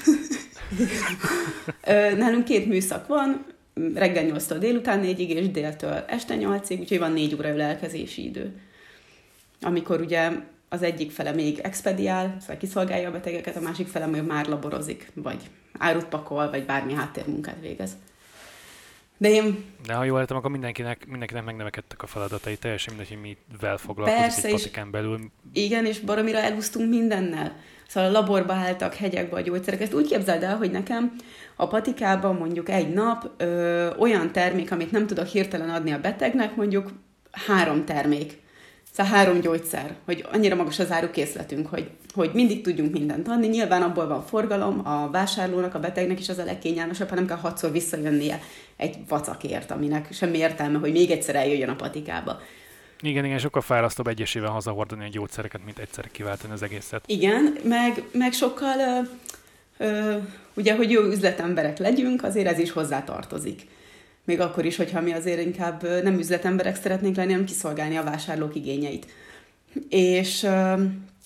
Nálunk két műszak van, reggel nyolctól délután négyig, és déltől este nyolcig, úgyhogy van négy óra ölelkezési idő. Amikor ugye az egyik fele még expediál, szóval kiszolgálja a betegeket, a másik fele még már laborozik, vagy árut pakol, vagy bármi háttérmunkát végez. De én... De ha jól értem, akkor mindenkinek, mindenkinek megnevekedtek a feladatai, teljesen mindegy, hogy mivel foglalkozik Persze, egy patikán belül. Igen, és baromira elúsztunk mindennel. Szóval a laborba álltak, hegyekbe a gyógyszerek. Ezt úgy képzeld el, hogy nekem a patikában mondjuk egy nap ö, olyan termék, amit nem tudok hirtelen adni a betegnek, mondjuk három termék. Szóval három gyógyszer, hogy annyira magas az árukészletünk, hogy, hogy mindig tudjunk mindent adni. Nyilván abból van forgalom, a vásárlónak, a betegnek is az a legkényelmesebb, ha nem kell hatszor visszajönnie egy vacakért, aminek semmi értelme, hogy még egyszer eljöjjön a patikába. Igen, igen, sokkal fárasztóbb egyesével hazahordani a gyógyszereket, mint egyszer kiváltani az egészet. Igen, meg, meg sokkal, ö, ö, ugye, hogy jó üzletemberek legyünk, azért ez is hozzá tartozik. Még akkor is, hogyha mi azért inkább nem üzletemberek szeretnénk lenni, hanem kiszolgálni a vásárlók igényeit. És ö,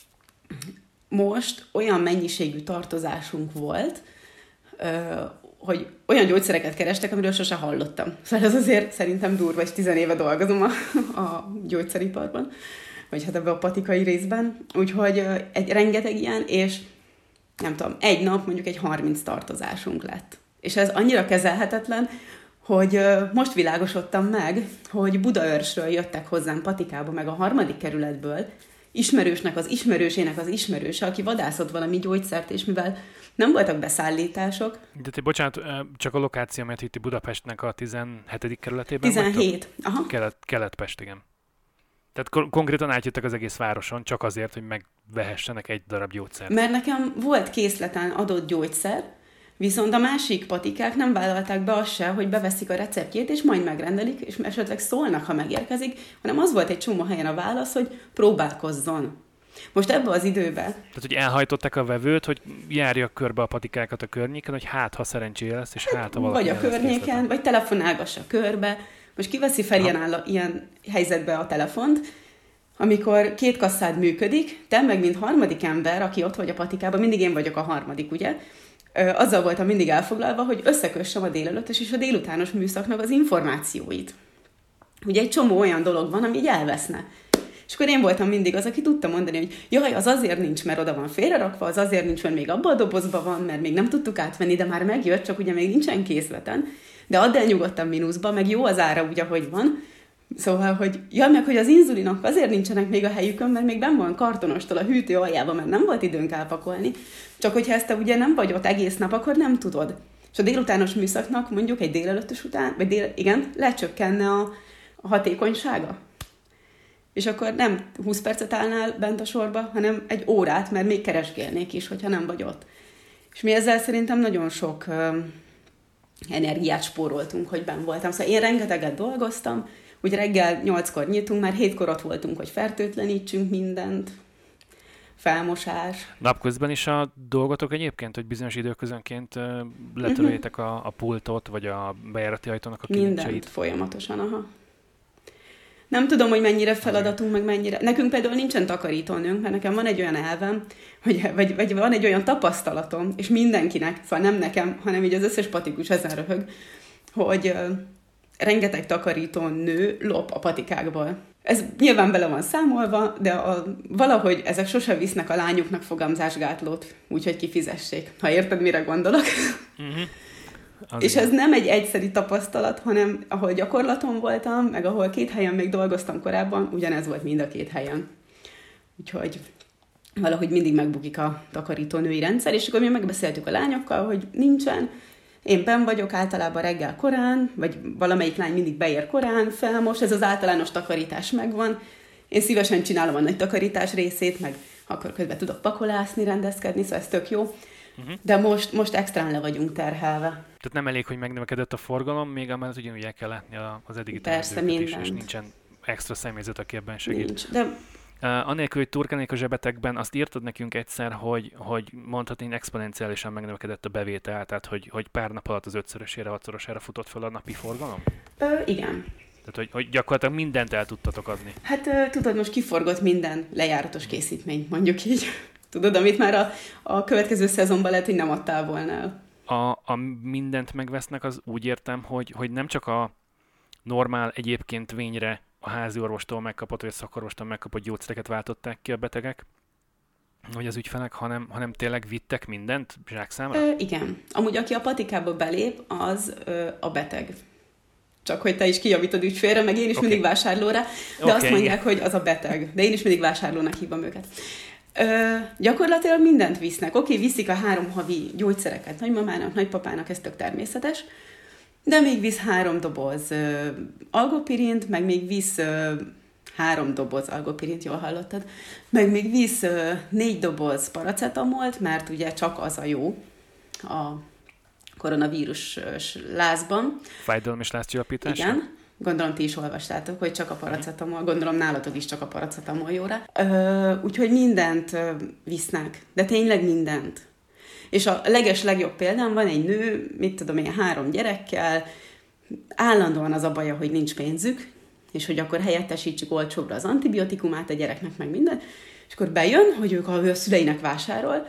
most olyan mennyiségű tartozásunk volt, ö, hogy olyan gyógyszereket kerestek, amiről sose hallottam. Szóval ez azért szerintem durva, és tizen éve dolgozom a, a gyógyszeriparban. vagy hát ebbe a patikai részben. Úgyhogy egy rengeteg ilyen, és nem tudom, egy nap mondjuk egy harminc tartozásunk lett. És ez annyira kezelhetetlen, hogy most világosodtam meg, hogy Budaörsről jöttek hozzám Patikába, meg a harmadik kerületből, ismerősnek az ismerősének az ismerőse, aki vadászott valami gyógyszert, és mivel nem voltak beszállítások. De te, bocsánat, csak a lokáció, mert itt Budapestnek a tizenhetedik kerületében tizenhét. Aha. Kelet, Kelet-Pest, igen. Tehát kon- konkrétan átjöttek az egész városon, csak azért, hogy megvehessenek egy darab gyógyszert. Mert nekem volt készleten adott gyógyszer, viszont a másik patikák nem vállalták be azt se, hogy beveszik a receptjét, és majd megrendelik, és esetleg szólnak, ha megérkezik, hanem az volt egy csomó helyen a válasz, hogy próbálkozzon. Most ebbe az időbe... Tehát, hogy elhajtották a vevőt, hogy járjak körbe a patikákat a környéken, hogy hát, ha szerencséje lesz, és hát, ha valaki vagy a környéken, készleten. Vagy telefonálgassa körbe. Most kiveszi fel ilyen, áll, ilyen helyzetbe a telefont, amikor két kasszád működik, te meg, mint harmadik ember, aki ott vagy a patikában, mindig én vagyok a harmadik, ugye? Azzal voltam mindig elfoglalva, hogy összekössem a délelőttes és a délutános műszaknak az információit. Ugye egy csomó olyan dolog van, ami így elveszne. És akkor én voltam mindig az, aki tudta mondani, hogy jaj, az azért nincs, mert oda van félrerakva, az azért nincs, mert még abban a dobozban van, mert még nem tudtuk átvenni, de már megjött, csak ugye még nincsen készleten. De add el nyugodtan mínuszba, meg jó az ára úgy, ahogy van. Szóval, hogy ja, meg hogy az inzulinok azért nincsenek még a helyükön, mert még benn van kartonostól a hűtő aljában, mert nem volt időnk elpakolni. Csak hogyha ezt te ugye nem vagy ott egész nap, akkor nem tudod. És a délutános műszaknak mondjuk egy délelőttös után, vagy dél, igen, lecsökkenne a, a hatékonysága. És akkor nem húsz percet állnál bent a sorba, hanem egy órát, mert még keresgélnék is, hogyha nem vagy ott. És mi ezzel szerintem nagyon sok uh, energiát spóroltunk, hogy benn voltam. Szóval én rengeteget dolgoztam, úgy reggel nyolckor nyitunk, már hétkor ott voltunk, hogy fertőtlenítsünk mindent, felmosás. Napközben is a dolgotok egyébként, hogy bizonyos időközönként uh, letöröljétek a, a pultot, vagy a bejárati ajtónak a kilincseit? Mindent folyamatosan, aha. Nem tudom, hogy mennyire feladatunk, meg mennyire... Nekünk például nincsen takarítónőnk, mert nekem van egy olyan elvem, hogy, vagy, vagy van egy olyan tapasztalatom, és mindenkinek, szóval nem nekem, hanem így az összes patikus ezen röhög, hogy uh, rengeteg takarítónő lop a patikákból. Ez nyilván bele van számolva, de a, valahogy ezek sose visznek a lányuknak fogamzásgátlót, úgyhogy kifizessék. Ha érted, mire gondolok. Uh-huh. És ez nem egy egyszeri tapasztalat, hanem ahol gyakorlaton voltam, meg ahol két helyen még dolgoztam korábban, ugyanez volt mind a két helyen. Úgyhogy valahogy mindig megbukik a takarítónői rendszer, és akkor mi megbeszéltük a lányokkal, hogy nincsen. Én benn vagyok általában reggel korán, vagy valamelyik lány mindig beér korán, felmos, ez az általános takarítás megvan. Én szívesen csinálom a nagy takarítás részét, meg akkor közben tudok pakolászni, rendezkedni, szóval ez tök jó. Uh-huh. De most, most extrán le vagyunk terhelve. Tehát nem elég, hogy megnövekedett a forgalom, még amellett ugyanúgy el kell látni az eddigi persze, is, és nincsen extra személyzet, aki ebben segít. Nincs, de... Uh, anélkül, hogy turkálnék a zsebetekben, azt írtad nekünk egyszer, hogy, hogy mondhatni exponenciálisan megnövekedett a bevétel, tehát hogy, hogy pár nap alatt az ötszörösére, hatszorosára futott fel a napi forgalom? Ö, igen. Tehát, hogy, hogy gyakorlatilag mindent el tudtatok adni. Hát ö, tudod, most kiforgott minden lejáratos készítményt, mondjuk így. Tudod, amit már a, a következő szezonban lehet, hogy nem adtál volna el. A, a mindent megvesznek, az úgy értem, hogy, hogy nem csak a normál egyébként vényre a házi orvostól megkapott, vagy a szakorvostól megkapott gyógyszereket váltották ki a betegek, vagy az ügyfelek, hanem, hanem tényleg vittek mindent zsákszámra? Ö, igen. Amúgy aki a patikába belép, az ö, a beteg. Csak hogy te is kijavítod ügyfélre, meg én is okay. mindig vásárlóra, de okay. azt mondják, hogy az a beteg. De én is mindig vásárlónak hívom őket. Ö, gyakorlatilag mindent visznek. Oké, okay, viszik a három havi gyógyszereket nagymamának, nagypapának, ez tök természetes, de még visz három doboz ö, algopirint, meg még visz ö, három doboz algopirint, jól hallottad, meg még visz ö, négy doboz paracetamolt, mert ugye csak az a jó a koronavírus lázban. Fájdalom és lázcsillapítása? Igen. Gondolom, ti is olvastátok, hogy csak a paracetamol, gondolom nálatok is csak a paracetamol jó rá. Ö, úgyhogy mindent ö, visznek, de tényleg mindent. És a leges legjobb példám, van egy nő, mit tudom én, három gyerekkel, állandóan az a baja, hogy nincs pénzük, és hogy akkor helyettesítsük olcsóbbra az antibiotikumát a gyereknek, meg minden, és akkor bejön, hogy ők a szüleinek vásárol,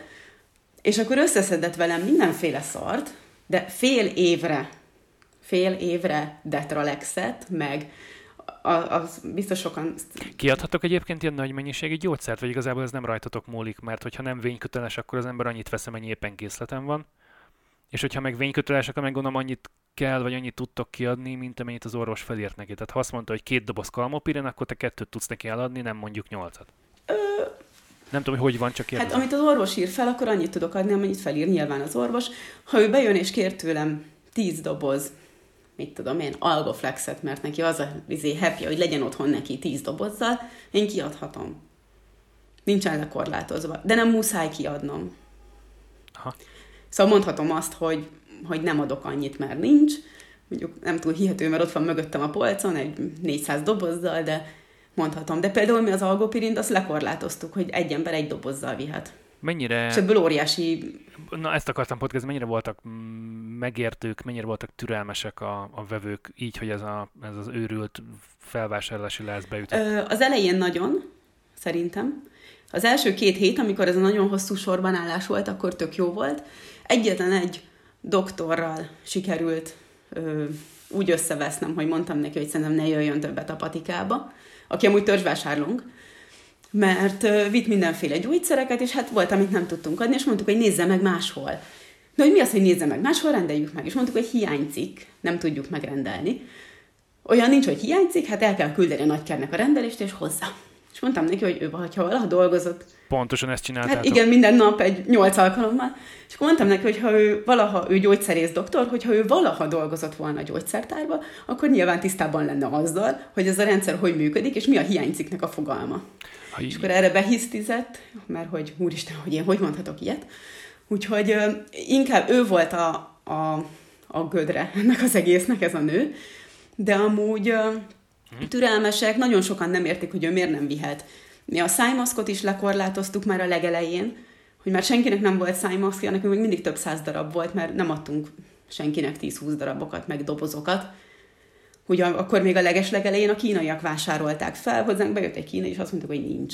és akkor összeszedett velem mindenféle szart, de fél évre fél évre Detralexet, meg az biztos sokan... Kiadhatok egyébként ilyen nagy mennyiségű gyógyszert, vagy igazából ez nem rajtatok múlik, mert hogyha nem vényköteles, akkor az ember annyit vesz, amennyi éppen készleten van, és hogyha meg vényköteles, akkor meg gondolom annyit kell, vagy annyit tudtok kiadni, mint amennyit az orvos felírt neki. Tehát ha azt mondta, hogy két doboz kalmopiren, akkor te kettőt tudsz neki eladni, nem mondjuk nyolcat. Ö... Nem tudom, hogy hogy van, csak kérdezem. Hát amit az orvos ír fel, akkor annyit tudok adni, amennyit felír nyilván az orvos. Ha ő bejön és kér tőlem tíz doboz, mit tudom én, Algoflexet, mert neki az a izé, happy, hogy legyen otthon neki tíz dobozzal, én kiadhatom. Nincsen lekorlátozva. De nem muszáj kiadnom. Aha. Szóval mondhatom azt, hogy, hogy nem adok annyit, mert nincs. Mondjuk nem túl hihető, mert ott van mögöttem a polcon egy négyszáz dobozzal, de mondhatom. De például mi az algopirint, azt lekorlátoztuk, hogy egy ember egy dobozzal vihet. Mennyire... És ebből óriási... Na, ezt akartam podcastni, mennyire voltak megértők, mennyire voltak türelmesek a, a vevők, így, hogy ez, a, ez az őrült felvásárlási láz beütött? Ö, az elején nagyon, szerintem. Az első két hét, amikor ez a nagyon hosszú sorban állás volt, akkor tök jó volt. Egyetlen egy doktorral sikerült ö, úgy összevesznem, hogy mondtam neki, hogy szerintem ne jöjjön többet a patikába, aki amúgy törzsvásárlónk, mert ö, vitt mindenféle gyógyszereket, és hát volt, amit nem tudtunk adni, és mondtuk, hogy nézze meg máshol. De hogy mi az, hogy nézze meg máshol, rendeljük meg. És mondtuk, hogy hiánycikk, nem tudjuk megrendelni. Olyan nincs, hogy hiánycikk, hát el kell küldeni a nagykernek a rendelést, és hozzá. És mondtam neki, hogy ő ha valaha dolgozott. Pontosan ezt csináltátok. Hát igen, minden nap egy nyolc alkalommal. És akkor mondtam neki, hogy ha ő valaha, ő gyógyszerész doktor, hogyha ő valaha dolgozott volna a gyógyszertárba, akkor nyilván tisztában lenne azzal, hogy ez a rendszer hogy működik, és mi a hiánycikknek a fogalma. Ha, és akkor erre behisztizett, mert hogy úristen, hogy én hogy mondhatok ilyet. Úgyhogy uh, inkább ő volt a, a, a gödre ennek az egésznek, ez a nő, de amúgy uh, türelmesek, nagyon sokan nem értik, hogy ő miért nem vihet. Mi a szájmaszkot is lekorlátoztuk már a legelején, hogy már senkinek nem volt szájmaszkja, nekünk még mindig több száz darab volt, mert nem adtunk senkinek tíz-húsz darabokat, meg dobozokat. Ugye akkor még a legeslegelején a kínaiak vásárolták fel, hozzánk bejött egy kínai, és azt mondtuk, hogy nincs.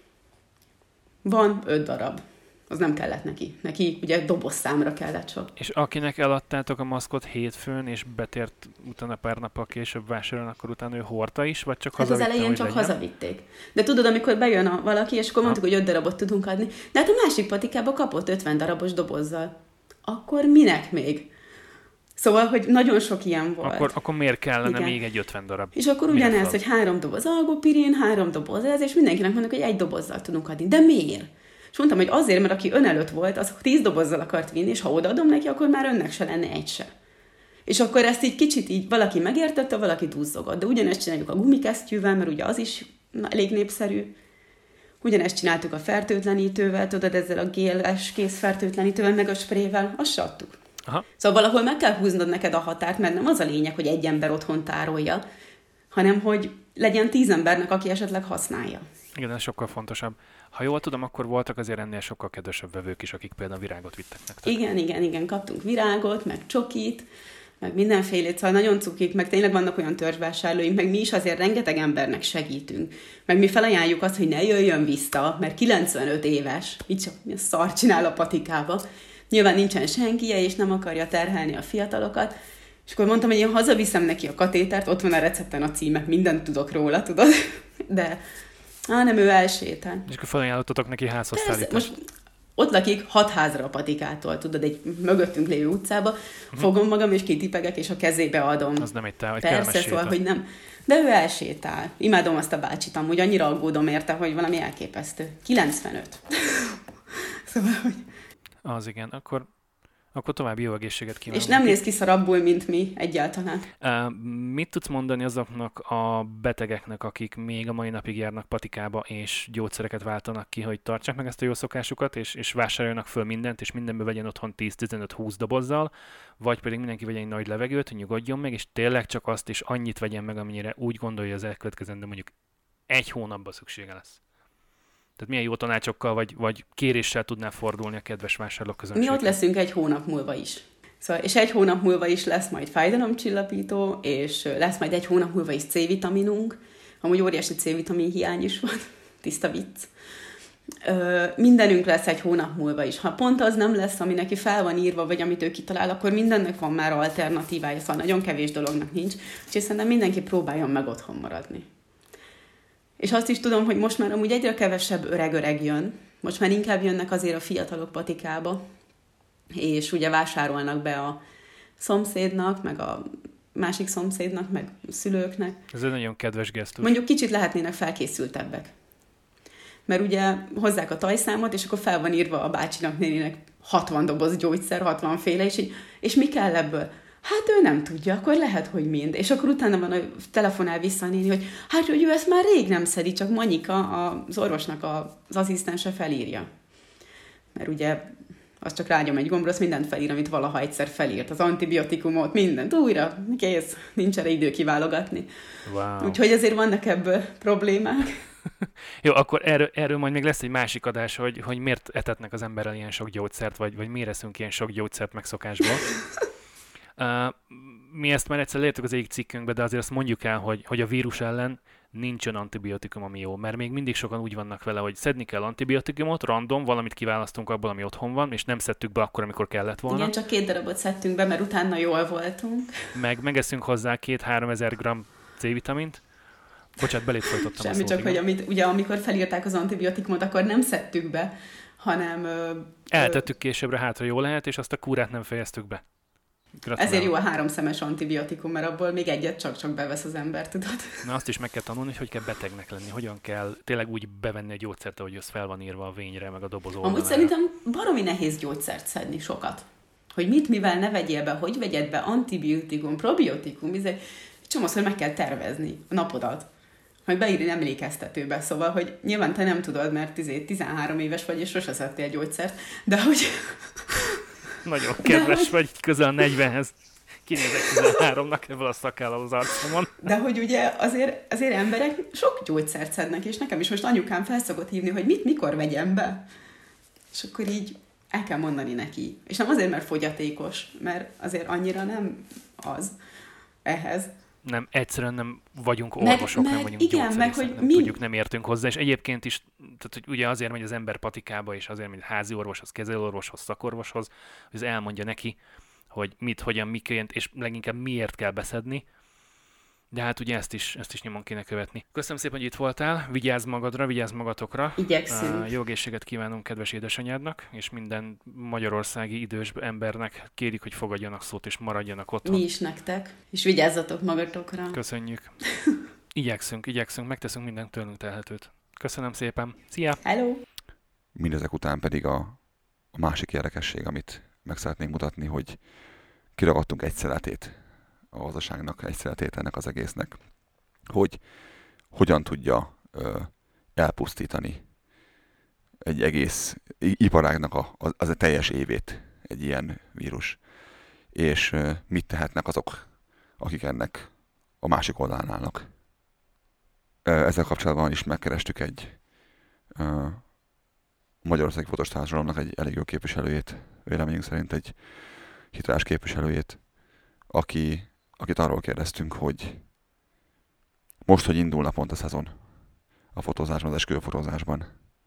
Van öt darab. Az nem kellett neki. Neki ugye dobozszámra kellett csak. És akinek eladtátok a maszkot hétfőn, és betért utána pár nappal később vásárolni, akkor utána ő hordta is, vagy csak hát hazavitte, az elején csak legyen? Hazavitték. De tudod, amikor bejön a valaki, és akkor mondtuk, hogy öt darabot tudunk adni, de hát a másik patikába kapott ötven darabos dobozzal. Akkor minek még? Szóval, hogy nagyon sok ilyen volt. Akkor, akkor miért kellene igen. még egy ötven darab? És akkor ugyanez, hogy három doboz algopirin, három doboz ez, és mindenkinek mondjuk, hogy egy dobozzal tudunk adni. De miért? És mondtam, hogy azért, mert aki ön előtt volt, az tíz dobozzal akart vinni, és ha odaadom neki, akkor már önnek se lenne egy se. És akkor ezt így kicsit így valaki megértette, valaki duzzogott. De ugyanezt csináljuk a gumikesztyűvel, mert ugye az is elég népszerű. Ugyanezt csináltuk a fertőtlenítővel, tudod, ezzel a géles kézfertőtlenítővel, meg a sprével, azt se adtuk. Aha. Szóval valahol meg kell húznod neked a határt, mert nem az a lényeg, hogy egy ember otthon tárolja, hanem hogy legyen tíz embernek, aki esetleg használja. Igen, ez sokkal fontosabb. Ha jól tudom, akkor voltak azért ennél sokkal kedvesebb vevők is, akik például virágot vittek nektek. Igen, igen, igen, kaptunk virágot, meg csokit, meg mindenfélét, szóval nagyon cukik, meg tényleg vannak olyan törzsvásárlóink, meg mi is azért rengeteg embernek segítünk. Meg mi felajánljuk azt, hogy ne jöjjön vissza, mert kilencvenöt éves, így csak mi a szar csinál a patikába. Nyilván nincsen senkije, és nem akarja terhelni a fiatalokat. És akkor mondtam, hogy én hazaviszem neki a katétert, ott van a recepten a címe, mindent tudok róla, tudod. De, á, nem, ő elsétál. És akkor felajánlottatok neki házhoz szállítást. Most ott lakik hat házra a patikától, tudod, egy mögöttünk lévő utcába, fogom magam, és kitipegek, és a kezébe adom. Az nem egy te, egy persze, szóval, hogy nem. De ő elsétál. Imádom azt a bácsit, amúgy annyira aggódom érte, hogy valami elképesztő. kilencvenöt. Szóval, hogy... Az igen, akkor, akkor további jó egészséget kívánok. És nem néz ki szarabbul, mint mi egyáltalán. Uh, mit tudsz mondani azoknak a betegeknek, akik még a mai napig járnak patikába, és gyógyszereket váltanak ki, hogy tartsák meg ezt a jó szokásukat, és, és vásároljanak föl mindent, és mindenből vegyen otthon tíz-tizenöt-húsz dobozzal, vagy pedig mindenki vegyen egy nagy levegőt, hogy nyugodjon meg, és tényleg csak azt is annyit vegyen meg, amennyire úgy gondolja az elkövetkezendő mondjuk egy hónapban szüksége lesz. Tehát milyen jó tanácsokkal vagy, vagy kéréssel tudnál fordulni a kedves vásárlók közönséghez? Mi ott leszünk egy hónap múlva is. Szóval, és egy hónap múlva is lesz majd fájdalomcsillapító, és lesz majd egy hónap múlva is C-vitaminunk. Amúgy óriási C-vitamin hiány is van. Tiszta vicc. Ö, mindenünk lesz egy hónap múlva is. Ha pont az nem lesz, ami neki fel van írva, vagy amit ő kitalál, akkor mindennek van már alternatívája, szóval nagyon kevés dolognak nincs. Úgyhogy szerintem mindenki próbáljon meg otthon maradni. És azt is tudom, hogy most már amúgy egyre kevesebb öreg-öreg jön. Most már inkább jönnek azért a fiatalok patikába, és ugye vásárolnak be a szomszédnak, meg a másik szomszédnak, meg a szülőknek. Ez egy nagyon kedves gesztus. Mondjuk kicsit lehetnének felkészültebbek. Mert ugye hozzák a tajszámot, és akkor fel van írva a bácsinak, néninek hatvan doboz gyógyszer, hatvan féle, és így, és mi kell ebből? Hát ő nem tudja, akkor lehet, hogy mind. És akkor utána van a telefonál vissza a néni, hogy hát, hogy ő ezt már rég nem szedi, csak Manyika, az orvosnak az asszisztense felírja. Mert ugye az csak rágyom egy gombra, az mindent felír, amit valaha egyszer felírt. Az antibiotikumot, mindent újra, kész, nincs erre idő kiválogatni. Wow. Úgyhogy ezért vannak ebből problémák. Jó, akkor erről, erről majd még lesz egy másik adás, hogy, hogy miért etetnek az emberrel ilyen sok gyógyszert, vagy, vagy miért eszünk ilyen sok gyógyszert megszokásból. Uh, mi ezt már egyszer leírtuk az egyik cikkünkbe, de azért azt mondjuk el, hogy, hogy a vírus ellen nincsen antibiotikum, ami jó, mert még mindig sokan úgy vannak vele, hogy szedni kell antibiotikumot, random, valamit kiválasztunk abból, ami otthon van, és nem szedtük be akkor, amikor kellett volna. Igen, csak két darabot szedtünk be, mert utána jól voltunk. Meg megeszünk hozzá két-három ezer gramm C-vitamint. Bocsánat, belét folytottam. Semmi, csak hogy amit, ugye amikor felírták az antibiotikumot, akkor nem szedtük be, hanem... Ö, eltettük későbbre, hátra jó lehet, és azt a kúrát nem fejeztük be. Gratulálom. Ezért jó a háromszemes antibiotikum, mert abból még egyet csak-csak bevesz az ember, tudod. Na azt is meg kell tanulni, hogy hogy kell betegnek lenni, hogyan kell tényleg úgy bevenni a gyógyszert, ahogy az fel van írva a vényre, meg a doboz oldalára. Amúgy szerintem baromi nehéz gyógyszert szedni, sokat. Hogy mit, mivel ne vegyél be, hogy vegyed be antibiotikum, probiotikum, ez egy csomószor meg kell tervezni a napodat. Hogy beírni emlékeztetőbe, szóval, hogy nyilván te nem tudod, mert tizenhárom éves vagy, és sose szedtél gyógyszert, de hogy... Nagyon kedves hogy... vagy, közel a negyvenhez. Kinézek tizenháromnak ebből a szakállal az arcomon. De hogy ugye azért, azért emberek sok gyógyszert szednek, és nekem is most anyukám felszokott hívni, hogy mit, mikor vegyem be. És akkor így el kell mondani neki. És nem azért, mert fogyatékos, mert azért annyira nem az ehhez. Nem, egyszerűen nem vagyunk orvosok, meg, nem vagyunk igen, gyógyszerészek, meg, hogy nem mi... tudjuk, nem értünk hozzá, és egyébként is, tehát, hogy ugye azért megy az ember patikába, és azért megy házi orvoshoz, kezelőorvoshoz, szakorvoshoz, hogy az elmondja neki, hogy mit, hogyan, miként, és leginkább miért kell beszedni. De hát ugye ezt is, ezt is nyomon kéne követni. Köszönöm szépen, hogy itt voltál, vigyázz magadra, vigyázz magatokra. Igyekszünk. Uh, jó egészséget kívánunk kedves édesanyádnak, és minden magyarországi idős embernek kérjük, hogy fogadjanak szót, és maradjanak otthon. Mi is nektek, és vigyázzatok magatokra. Köszönjük. Igyekszünk, igyekszünk, megteszünk mindent tőlünk telhetőt. Köszönöm szépen. Szia! Hello! Mindezek után pedig a, a másik érdekesség, amit meg szeretnénk mutatni, hogy kiragadtunk egy szeletét a gazdaságnak, egy szeletét ennek az egésznek, hogy hogyan tudja ö, elpusztítani egy egész iparágnak a, az, az a teljes évét egy ilyen vírus. És ö, mit tehetnek azok, akik ennek a másik oldalán állnak. Ezzel kapcsolatban is megkerestük egy ö, Magyarországi Fotós Társadalomnak egy elég jó képviselőjét, véleményünk szerint egy hiteles képviselőjét, aki, akit arról kérdeztünk, hogy most, hogy indulna pont a szezon a fotózásban, az esküvőfotózásban,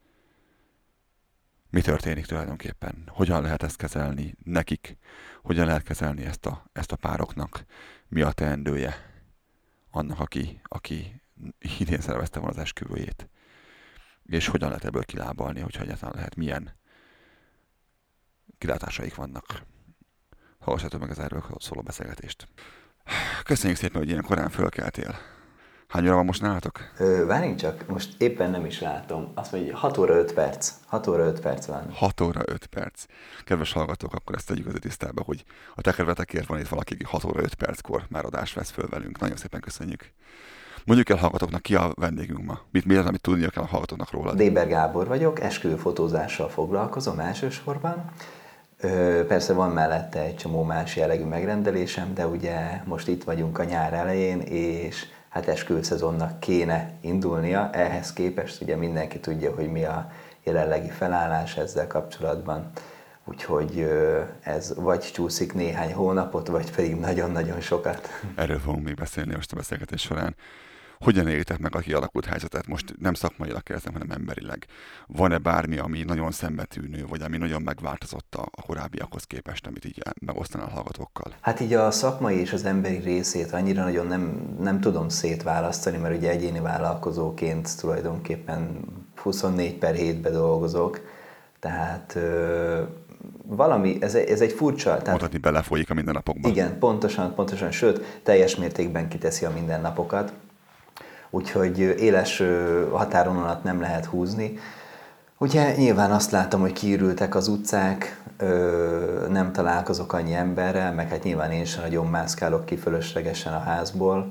mi történik tulajdonképpen? Hogyan lehet ezt kezelni nekik? Hogyan lehet kezelni ezt a, ezt a pároknak? Mi a teendője annak, aki, aki idén szervezte volna az esküvőjét? És hogyan lehet ebből kilábalni, hogyha egyáltalán lehet, milyen kilátásaik vannak. Hallgassátok meg az erről szóló beszélgetést. Köszönjük szépen, hogy ilyen korán fölkeltél. Hány óra van most nálatok? Ö, várjunk csak, most éppen nem is látom. Azt mondja, hogy hat óra öt perc. hat óra öt perc van. hat óra öt perc. Kedves hallgatók, akkor ezt tegyük azért tisztába, hogy a te kedvetekért van itt valaki, aki hat óra öt perckor már adást vesz föl velünk. Nagyon szépen köszönjük. Mondjuk el hallgatóknak, ki a vendégünk ma? Mit, mi az, amit tudnia kell a hallgatóknak róla? Déber Gábor vagyok, esküvőfotózással foglalkozom elsősorban. Ö, persze van mellette egy csomó más jellegű megrendelésem, de ugye most itt vagyunk a nyár elején, és hát esküvőszezonnak kéne indulnia. Ehhez képest ugye mindenki tudja, hogy mi a jelenlegi felállás ezzel kapcsolatban. Úgyhogy ez vagy csúszik néhány hónapot, vagy pedig nagyon-nagyon sokat. Erről fogunk még beszélni most a beszélgetés során. hogyan élitek meg a kialakult helyzetet? Most nem szakmailag kérdezem, hanem emberileg. Van-e bármi, ami nagyon szembetűnő, vagy ami nagyon megváltozott a korábbiakhoz képest, amit így megosztanál a hallgatókkal? Hát így a szakmai és az emberi részét annyira nagyon nem, nem tudom szétválasztani, mert ugye egyéni vállalkozóként tulajdonképpen huszonnégy per hétbe dolgozok, tehát ö, valami, ez, ez egy furcsa... Tehát, mondhatni belefolyik a mindennapokban. Igen, pontosan, pontosan, sőt, teljes mértékben kiteszi a mindennapokat, úgyhogy éles határonalat nem lehet húzni. Ugye nyilván azt látom, hogy kiürültek az utcák, ö, nem találkozok annyi emberrel, meg hát nyilván én sem nagyon mászkálok ki fölöslegesen a házból,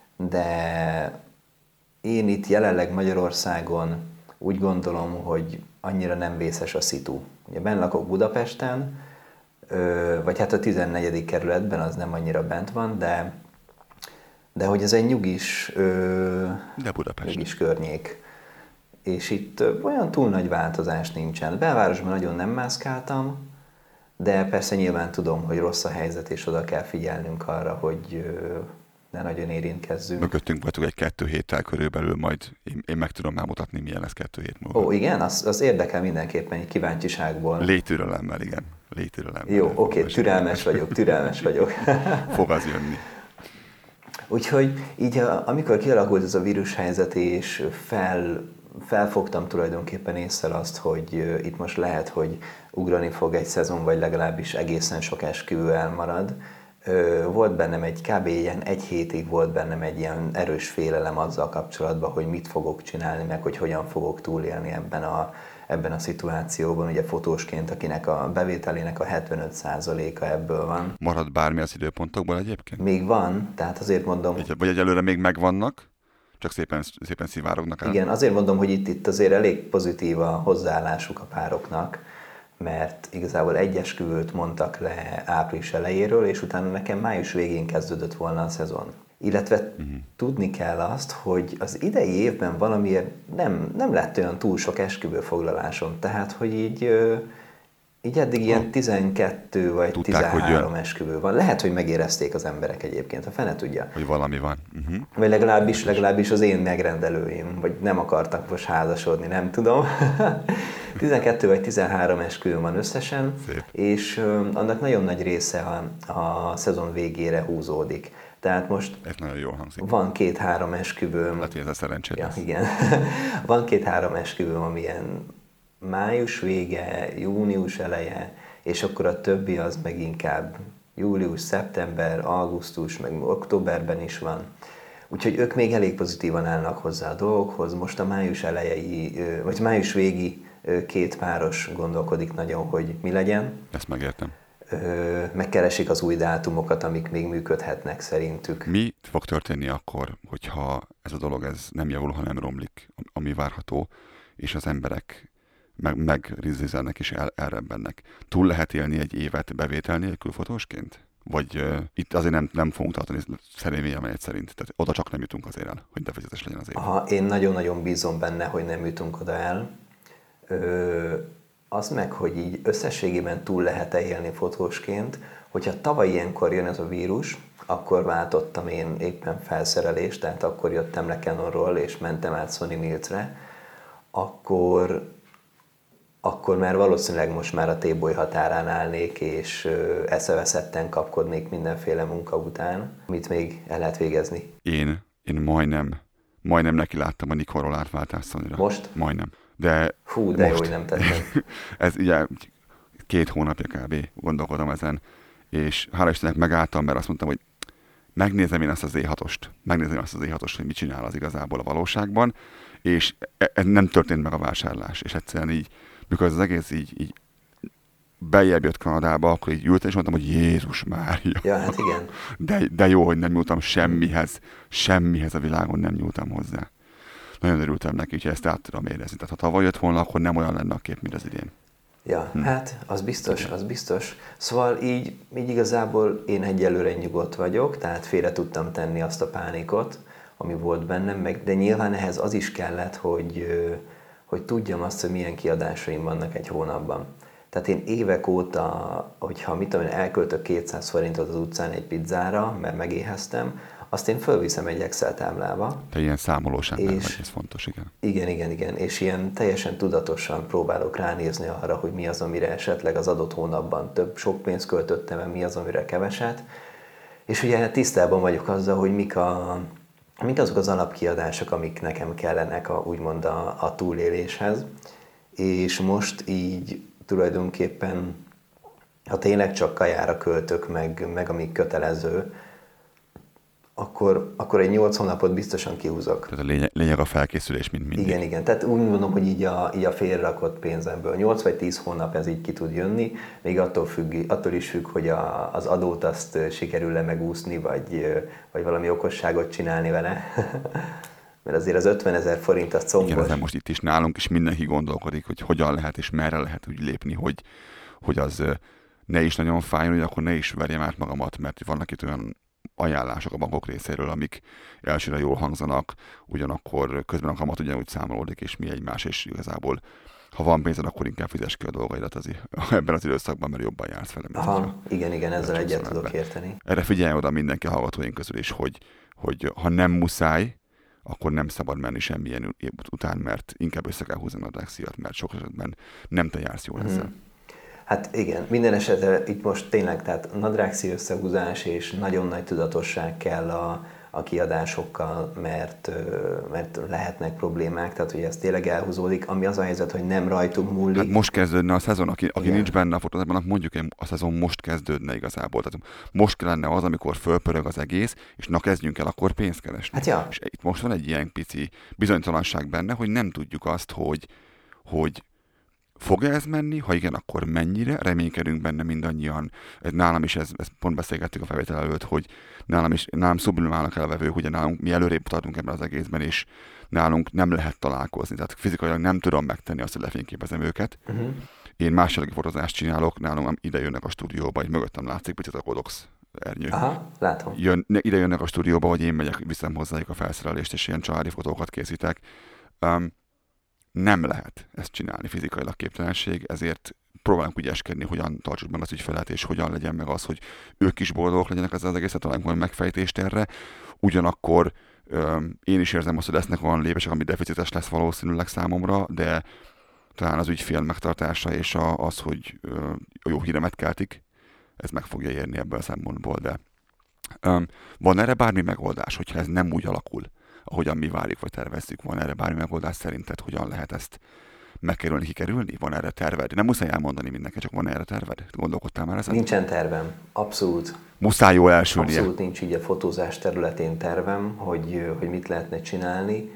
de én itt jelenleg Magyarországon úgy gondolom, hogy annyira nem vészes a szitu. Ugye benn lakok Budapesten, vagy hát a tizennegyedik kerületben, az nem annyira bent van, de, de hogy ez egy nyugis, de Budapest. nyugis környék. És itt olyan túl nagy változás nincsen. Belvárosban nagyon nem mászkáltam, de persze nyilván tudom, hogy rossz a helyzet, és oda kell figyelnünk arra, hogy ne nagyon érintkezzünk. Mögöttünk voltunk egy kettő héttel körülbelül, majd én, én meg tudom már mutatni, milyen lesz kettő hét múlva. Ó, igen? Az, az érdekel mindenképpen egy kíváncsiságból. Létürelemmel, igen. Létürelemmel. Jó, oké, okay, türelmes vagyok, türelmes vagyok. Fog az jönni. Úgyhogy így, a, amikor kialakult ez a vírushelyzet, és fel, felfogtam tulajdonképpen észre azt, hogy itt most lehet, hogy ugrani fog egy szezon, vagy legalábbis egészen sok esküvő elmarad, volt bennem egy kb. Ilyen egy hétig volt bennem egy ilyen erős félelem azzal kapcsolatban, hogy mit fogok csinálni, meg hogy hogyan fogok túlélni ebben a, ebben a szituációban. Ugye fotósként, akinek a bevételének a hetvenöt százaléka ebből van. Marad bármi az időpontokból egyébként? Még van, tehát azért mondom... Egy, vagy egyelőre még megvannak, csak szépen, szépen szivárognak el. Igen, azért mondom, hogy itt, itt azért elég pozitív a hozzáállásuk a pároknak, mert igazából egy esküvőt mondtak le április elejéről, és utána nekem május végén kezdődött volna a szezon. Illetve uh-huh. tudni kell azt, hogy az idei évben valamiért nem, nem lett olyan túl sok esküvőfoglalásom, tehát hogy így, így eddig ilyen tizenkettő vagy tudták, tizenhárom esküvő van. Lehet, hogy megérezték az emberek egyébként, a fene tudja. Hogy valami van. Uh-huh. Vagy legalábbis, legalábbis az én megrendelőim, vagy nem akartak most házasodni, nem tudom. tizenkettő vagy tizenhárom esküvő van összesen, szép. És uh, annak nagyon nagy része a, a szezon végére húzódik. Tehát most ez nagyon jól hangzik. Van két-három esküvőm. Lehet, hogy ez a szerencsét ja, lesz. Igen. Van két-három esküvőm, amilyen május vége, június eleje, és akkor a többi az meg inkább július, szeptember, augusztus, meg októberben is van. Úgyhogy ők még elég pozitívan állnak hozzá a dolgokhoz. Most a május elejei, vagy május végi két páros gondolkodik nagyon, hogy mi legyen. Ezt megértem. Megkeresik az új dátumokat, amik még működhetnek szerintük. Mi fog történni akkor, hogyha ez a dolog ez nem javul, hanem romlik, ami várható, és az emberek meg, megrizlizelnek és el, elrebbennek? Túl lehet élni egy évet bevétel nélkül fotósként? Vagy uh, itt azért nem, nem fogunk tartani szerény véleményed szerint? Tehát oda csak nem jutunk azért el, hogy befizetés legyen az év. Aha, én nagyon-nagyon bízom benne, hogy nem jutunk oda el. Ö, az meg, hogy így összességében túl lehet-e élni fotósként, hogyha tavaly ilyenkor jön ez a vírus, akkor váltottam én éppen felszerelést, tehát akkor jöttem le Canonról és mentem át Sony Milcre, akkor, akkor már valószínűleg most már a T-boly határán állnék, és eszeveszetten kapkodnék mindenféle munka után, amit még el lehet végezni. Én, én majdnem, majdnem neki láttam a Nikonról átváltás Sonyra. Most? Majdnem. De Fú, de most, jó, hogy nem tettem. Ez ugye két hónapja kb. Gondolkodom ezen, és hála Istennek megálltam, mert azt mondtam, hogy megnézem én azt az é hatost, megnézem azt az é hatost, hogy mit csinál az igazából a valóságban, és ez nem történt meg a vásárlás, és egyszerűen így, mikor az egész így, így beljebb jött Kanadába, akkor így ültem, és mondtam, hogy Jézus Mária. Ja, hát igen. De, de jó, hogy nem nyúltam semmihez, semmihez a világon nem nyúltam hozzá. Nagyon örültem neki, úgyhogy ezt át tudom érezni. Tehát ha tavaly jött volna, akkor nem olyan lenne a kép, mint az idén. Ja, hm. hát az biztos, az biztos. Szóval így, így igazából én egyelőre nyugodt vagyok, tehát félre tudtam tenni azt a pánikot, ami volt bennem, meg, de nyilván ehhez az is kellett, hogy, hogy tudjam azt, hogy milyen kiadásaim vannak egy hónapban. Tehát én évek óta, hogyha mit tudom, elköltök kétszáz forintot az utcán egy pizzára, mert megéheztem, azt én fölviszem egy Excel táblába. Te ilyen számolós ember és vagy, ez fontos, igen. Igen, igen, igen, és ilyen teljesen tudatosan próbálok ránézni arra, hogy mi az, amire esetleg az adott hónapban több, sok pénzt költöttem, mi az, amire keveset. És ugye tisztában vagyok azzal, hogy mik, a, mik azok az alapkiadások, amik nekem kellenek a, úgymond a, a túléléshez. És most így tulajdonképpen, ha tényleg csak kajára költök, meg, meg ami kötelező, akkor, akkor egy nyolc hónapot biztosan kihúzok. Tehát a lényeg, lényeg a felkészülés, mint mindig. Igen, igen. Tehát úgy mondom, hogy így a, így a félrakott pénzemből nyolc vagy tíz hónap ez így ki tud jönni, még attól, függ, attól is függ, hogy a, az adót azt sikerül-e megúszni, vagy, vagy valami okosságot csinálni vele. Mert azért az ötvenezer forint az combos. Igen, most itt is nálunk is mindenki gondolkodik, hogy hogyan lehet és merre lehet úgy lépni, hogy, hogy az ne is nagyon fájjon, hogy akkor ne is verjem át magamat, mert vannak itt olyan ajánlások a bankok részéről, amik elsőre jól hangzanak, ugyanakkor közben a kamat ugyanúgy számolódik, és mi egymás, és igazából ha van pénzed, akkor inkább fizess ki a dolgaidat az, ebben az időszakban, mert jobban jársz vele. Aha, igen, igen, ezzel egyet tudok érteni. Erre figyelj oda mindenki a hallgatóink közül is, hogy, hogy ha nem muszáj, akkor nem szabad menni semmilyen év után, mert inkább össze kell húzni a nadrágszíjat, mert sok esetben nem te jársz jól ezzel. Hmm. Hát igen, minden esetre itt most tényleg, tehát nadrágszíj összehúzás és nagyon nagy tudatosság kell a, a kiadásokkal, mert, mert lehetnek problémák, tehát hogy ez tényleg elhúzódik, ami az a helyzet, hogy nem rajtunk múlik. Hát most kezdődne a szezon, aki, aki nincs benne a fotózásban, mondjuk a szezon most kezdődne igazából. Tehát most lenne az, amikor fölpörög az egész, és na kezdjünk el akkor pénzt keresni. Hát ja. És itt most van egy ilyen pici bizonytalanság benne, hogy nem tudjuk azt, hogy, hogy fog-e ez menni? Ha igen, akkor mennyire? Reménykedünk benne mindannyian. Nálam is, ez, ezt pont beszélgettük a felvétel előtt, hogy nálam is, nálam szublimálnak elvevők, ugye nálunk mi előrébb tartunk ebben az egészben, és nálunk nem lehet találkozni. Tehát fizikailag nem tudom megtenni azt, hogy lefényképezem őket. Uh-huh. Én másodlagi fotózást csinálok, nálunk ide jönnek a stúdióba, így mögöttem látszik picit a Kodox ernyő. Aha, látom. Jön, ide jönnek a stúdióba, hogy én megyek, viszem hozzájuk a felszerelést, és ilyen családi fotókat készítek. Um, Nem lehet ezt csinálni, fizikailag képtelenség, ezért próbálunk úgy eskedni, hogyan tartsuk meg az ügyfelet, és hogyan legyen meg az, hogy ők is boldogok legyenek ezzel az egészet, talán majd megfejtést erre. Ugyanakkor öm, én is érzem azt, hogy lesznek olyan lépések, ami deficites lesz valószínűleg számomra, de talán az ügyfél megtartása és a, az, hogy öm, a jó híremet keltik, ez meg fogja érni ebből a szempontból, de öm, van erre bármi megoldás, hogyha ez nem úgy alakul, ahogyan mi várjuk, vagy tervezzük? Van erre bármi megoldás szerinted? Hogyan lehet ezt megkerülni, kikerülni? Van erre terved? Nem muszáj elmondani mindenki, csak van erre terved? Gondolkodtál már ezen? Nincsen tervem, abszolút. Muszáj jól elsülnie. Abszolút nincs így a fotózás területén tervem, hogy, hogy mit lehetne csinálni,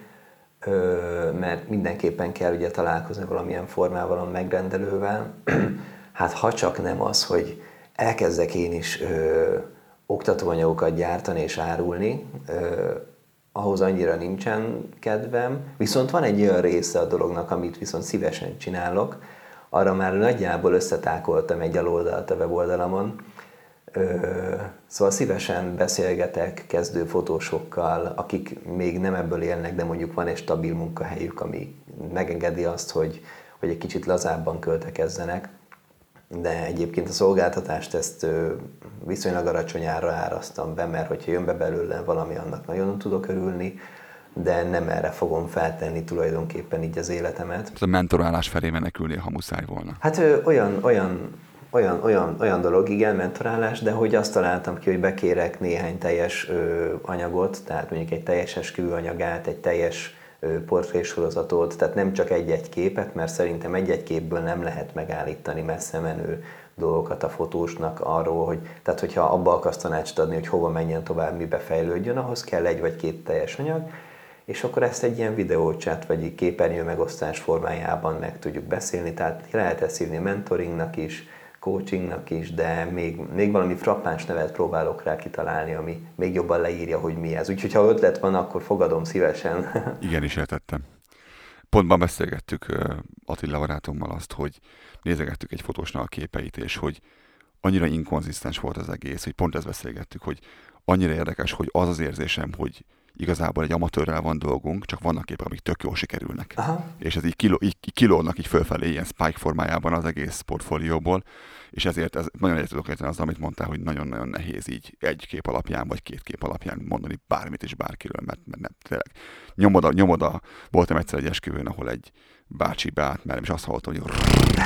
mert mindenképpen kell ugye találkozni valamilyen formával a megrendelővel. Hát ha csak nem az, hogy elkezdek én is ö, oktatóanyagokat gyártani és árulni, ö, ahhoz annyira nincsen kedvem, viszont van egy olyan része a dolognak, amit viszont szívesen csinálok. Arra már nagyjából összetákoltam egy aloldalt a weboldalamon. Szóval szívesen beszélgetek kezdő fotósokkal, akik még nem ebből élnek, de mondjuk van egy stabil munkahelyük, ami megengedi azt, hogy, hogy egy kicsit lazábban költekezzenek. De egyébként a szolgáltatást ezt viszonylag alacsony árra áraztam be, mert hogyha jön be belőle valami, annak nagyon tudok örülni, de nem erre fogom feltenni tulajdonképpen így az életemet. Ez a mentorálás felé menekülni, ha muszáj volna. Hát olyan, olyan, olyan, olyan, olyan dolog, igen, mentorálás, de hogy azt találtam ki, hogy bekérek néhány teljes anyagot, tehát mondjuk egy teljes esküvő anyagát, egy teljes portrésorozatot, tehát nem csak egy-egy képet, mert szerintem egy-egy képből nem lehet megállítani messze menő dolgokat a fotósnak arról, hogy tehát hogyha abba akarsz tanácsot adni, hogy hova menjen tovább, mibe fejlődjön, ahhoz kell egy vagy két teljes anyag, és akkor ezt egy ilyen videócsát vagy képernyő megosztás formájában meg tudjuk beszélni, tehát lehet ezt hívni mentoringnak is, coachingnak is, de még, még valami frappáns nevet próbálok rá kitalálni, ami még jobban leírja, hogy mi ez. Úgyhogy ha ötlet van, akkor fogadom szívesen. Igen, is értettem. Pontban beszélgettük Attila barátommal azt, hogy nézegettük egy fotósnak a képeit, és hogy annyira inkonzisztens volt az egész, hogy pont ezt beszélgettük, hogy annyira érdekes, hogy az az érzésem, hogy igazából egy amatőrrel van dolgunk, csak vannak képek, amik tök jól sikerülnek. Aha. És ez így, kiló, így kilódnak így fölfelé ilyen spike formájában az egész portfólióból, és ezért ez nagyon egyet tudok érteni az, amit mondtál, hogy nagyon-nagyon nehéz így egy kép alapján, vagy két kép alapján mondani bármit is bárkiről, mert, mert nem, tényleg. Nyomoda, nyomoda, voltam egyszer egy esküvőn, ahol egy bácsi beállt mellem, és azt hallottam, hogy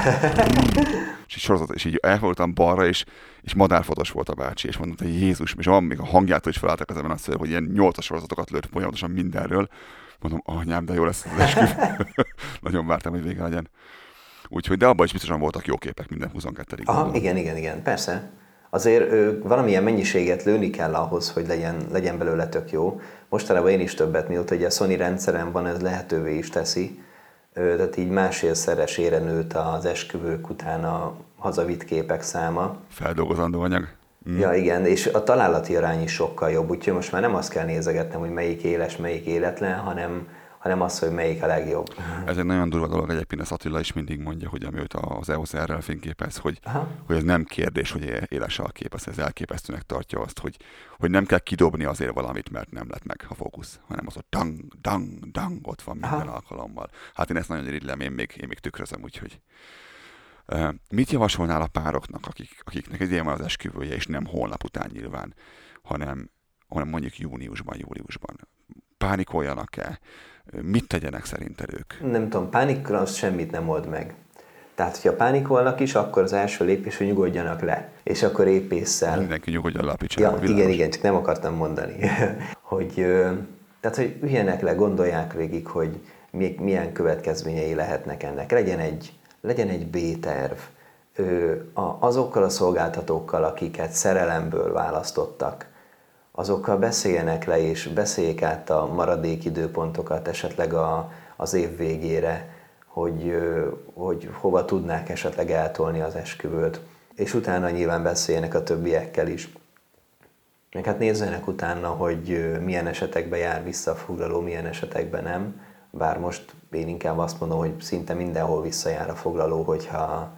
és így sorozat, és így elfordultam balra, és, és madárfotos volt a bácsi, és mondta, hogy Jézus, és van még a hangjától is felálltak az ebben azt, hogy ilyen nyolcas sorozatokat lőtt folyamatosan mindenről. Mondom, anyám, de jó lesz az esküvő. Nagyon vártam, hogy vége legyen. Úgyhogy, de abban is biztosan voltak jó képek minden huszonkettőig. Aha, igen, igen, igen, persze. Azért ö, valamilyen mennyiséget lőni kell ahhoz, hogy legyen, legyen belőle tök jó. Mostanában én is többet, mióta ugye a Sony rendszerem van, ez lehetővé is teszi. Ö, tehát így másfélszeresére nőtt az esküvők után a hazavitt képek száma. Feldolgozandó anyag. Mm. Ja, igen, és a találati arány is sokkal jobb, úgyhogy most már nem azt kell nézegetnem, hogy melyik éles, melyik életlen, hanem hanem az, hogy melyik a legjobb. Ez egy nagyon durva dolog, egyébként az Attila is mindig mondja, hogy amiót az E O S R-rel fényképez, hogy, hogy ez nem kérdés, hogy éles a kép, ez elképesztőnek tartja azt, hogy, hogy nem kell kidobni azért valamit, mert nem lett meg a fókusz, hanem az, hogy dang, dang, dang, ott van minden Aha. alkalommal. Hát én ezt nagyon irigylem, én még, én még tükrözöm, úgyhogy. Uh, mit javasolnál a pároknak, akik, akiknek idén van az esküvője, és nem holnap után nyilván, hanem, hanem mondjuk júniusban, júliusban? Pánikoljanak-e? Mit tegyenek szerinted ők? Nem tudom, pánikra az semmit nem old meg. Tehát, hogyha pánikolnak is, akkor az első lépés, hogy nyugodjanak le. És akkor éppésszel... Mindenki nyugodjon le a picsába. Ja, igen, igen, csak nem akartam mondani. hogy, tehát, hogy üljenek le, gondolják végig, hogy milyen következményei lehetnek ennek. Legyen egy, legyen egy B-terv. Azokkal a szolgáltatókkal, akiket szerelemből választottak, azokkal beszéljenek le, és beszéljék át a maradék időpontokat esetleg a, az év végére, hogy, hogy hova tudnák esetleg eltolni az esküvőt. És utána nyilván beszéljenek a többiekkel is. Meg hát nézzenek utána, hogy milyen esetekben jár visszafoglaló, milyen esetekben nem. Bár most én inkább azt mondom, hogy szinte mindenhol visszajár a foglaló, hogyha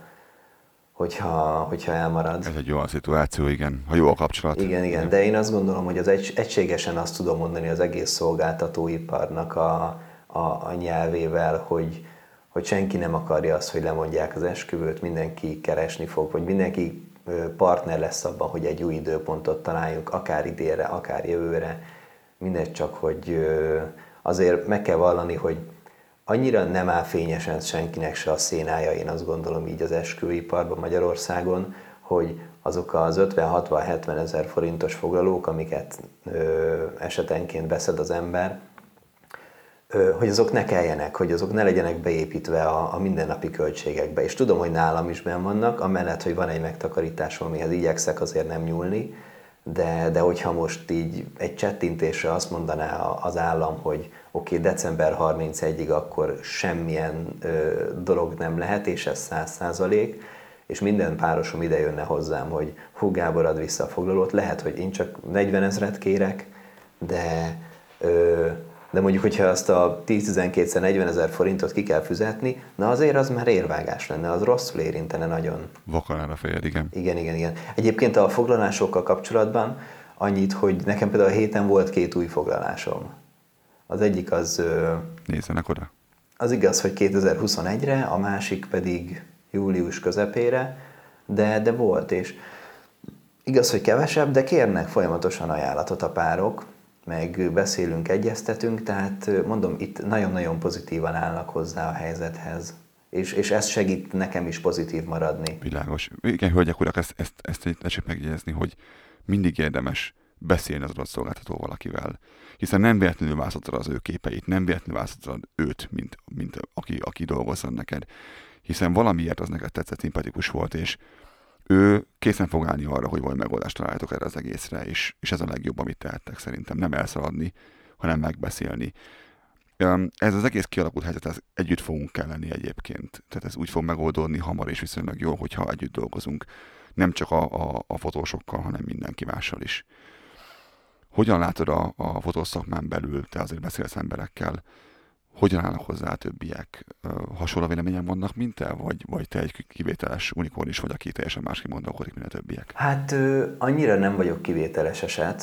Hogyha, hogyha elmarad. Ez egy olyan szituáció, igen. Ha jó a kapcsolat. Igen, igen, de én azt gondolom, hogy az egy, egységesen azt tudom mondani az egész szolgáltatóiparnak a, a, a nyelvével, hogy, hogy senki nem akarja azt, hogy lemondják az esküvőt, mindenki keresni fog, vagy mindenki partner lesz abban, hogy egy új időpontot találjunk, akár idénre, akár jövőre. Mindegy, csak hogy azért meg kell vallani, hogy annyira nem áll fényesen senkinek se a szénája, én azt gondolom így az esküvőiparban Magyarországon, hogy azok az ötven-hatvan-hetven ezer forintos foglalók, amiket ö, esetenként beszed az ember, ö, hogy azok ne keljenek, hogy azok ne legyenek beépítve a, a mindennapi költségekbe. És tudom, hogy nálam is benn vannak, amellett, hogy van egy megtakarításom, amihez igyekszek azért nem nyúlni, de, de hogyha most így egy csettintésre azt mondaná az állam, hogy oké, okay, december harmincegyediig akkor semmilyen ö, dolog nem lehet, és ez száz százalék, és minden párosom ide jönne hozzám, hogy hú, Gábor, add vissza a foglalót, lehet, hogy én csak negyven ezret kérek, de, ö, de mondjuk, hogyha azt a tíz-tizenkétszer negyven ezer forintot ki kell fizetni, na azért az már érvágás lenne, az rosszul érintene nagyon. Vakarára fejed, igen. Igen, igen, igen. Egyébként a foglalásokkal kapcsolatban annyit, hogy nekem például a héten volt két új foglalásom. Az egyik az... Nézzenek oda. Az igaz, hogy kétezer-huszonegyre, a másik pedig július közepére, de, de volt, és igaz, hogy kevesebb, de kérnek folyamatosan ajánlatot a párok, meg beszélünk, egyeztetünk, tehát mondom, itt nagyon-nagyon pozitívan állnak hozzá a helyzethez, és, és ez segít nekem is pozitív maradni. Világos. Igen, hölgyek, urak, ezt, ezt, ezt tessék megjegyezni, hogy mindig érdemes beszélni az adott szolgáltató valakivel, hiszen nem véletlenül választottad az ő képeit, nem véletlenül választottad őt, mint, mint aki, aki dolgozzon neked, hiszen valamiért az neked tetszett, szimpatikus volt, és ő készen fog állni arra, hogy valami megoldást találjátok erre az egészre, és, és ez a legjobb, amit tehettek szerintem. Nem elszaladni, hanem megbeszélni. Ez az egész kialakult helyzet, ez együtt fogunk kell lenni egyébként. Tehát ez úgy fog megoldódni hamar és viszonylag jól, hogyha együtt dolgozunk. Nem csak a, a, a fotósokkal, hanem mindenki mással is. Hogyan látod a, a fotószakmán belül, te azért beszélsz emberekkel, hogyan állnak hozzá a többiek? Hasonló véleményen vannak, mint te, vagy, vagy te egy kivételes unikorn is vagy, aki teljesen másképp gondolkodik, mint a többiek? Hát annyira nem vagyok kivételes eset.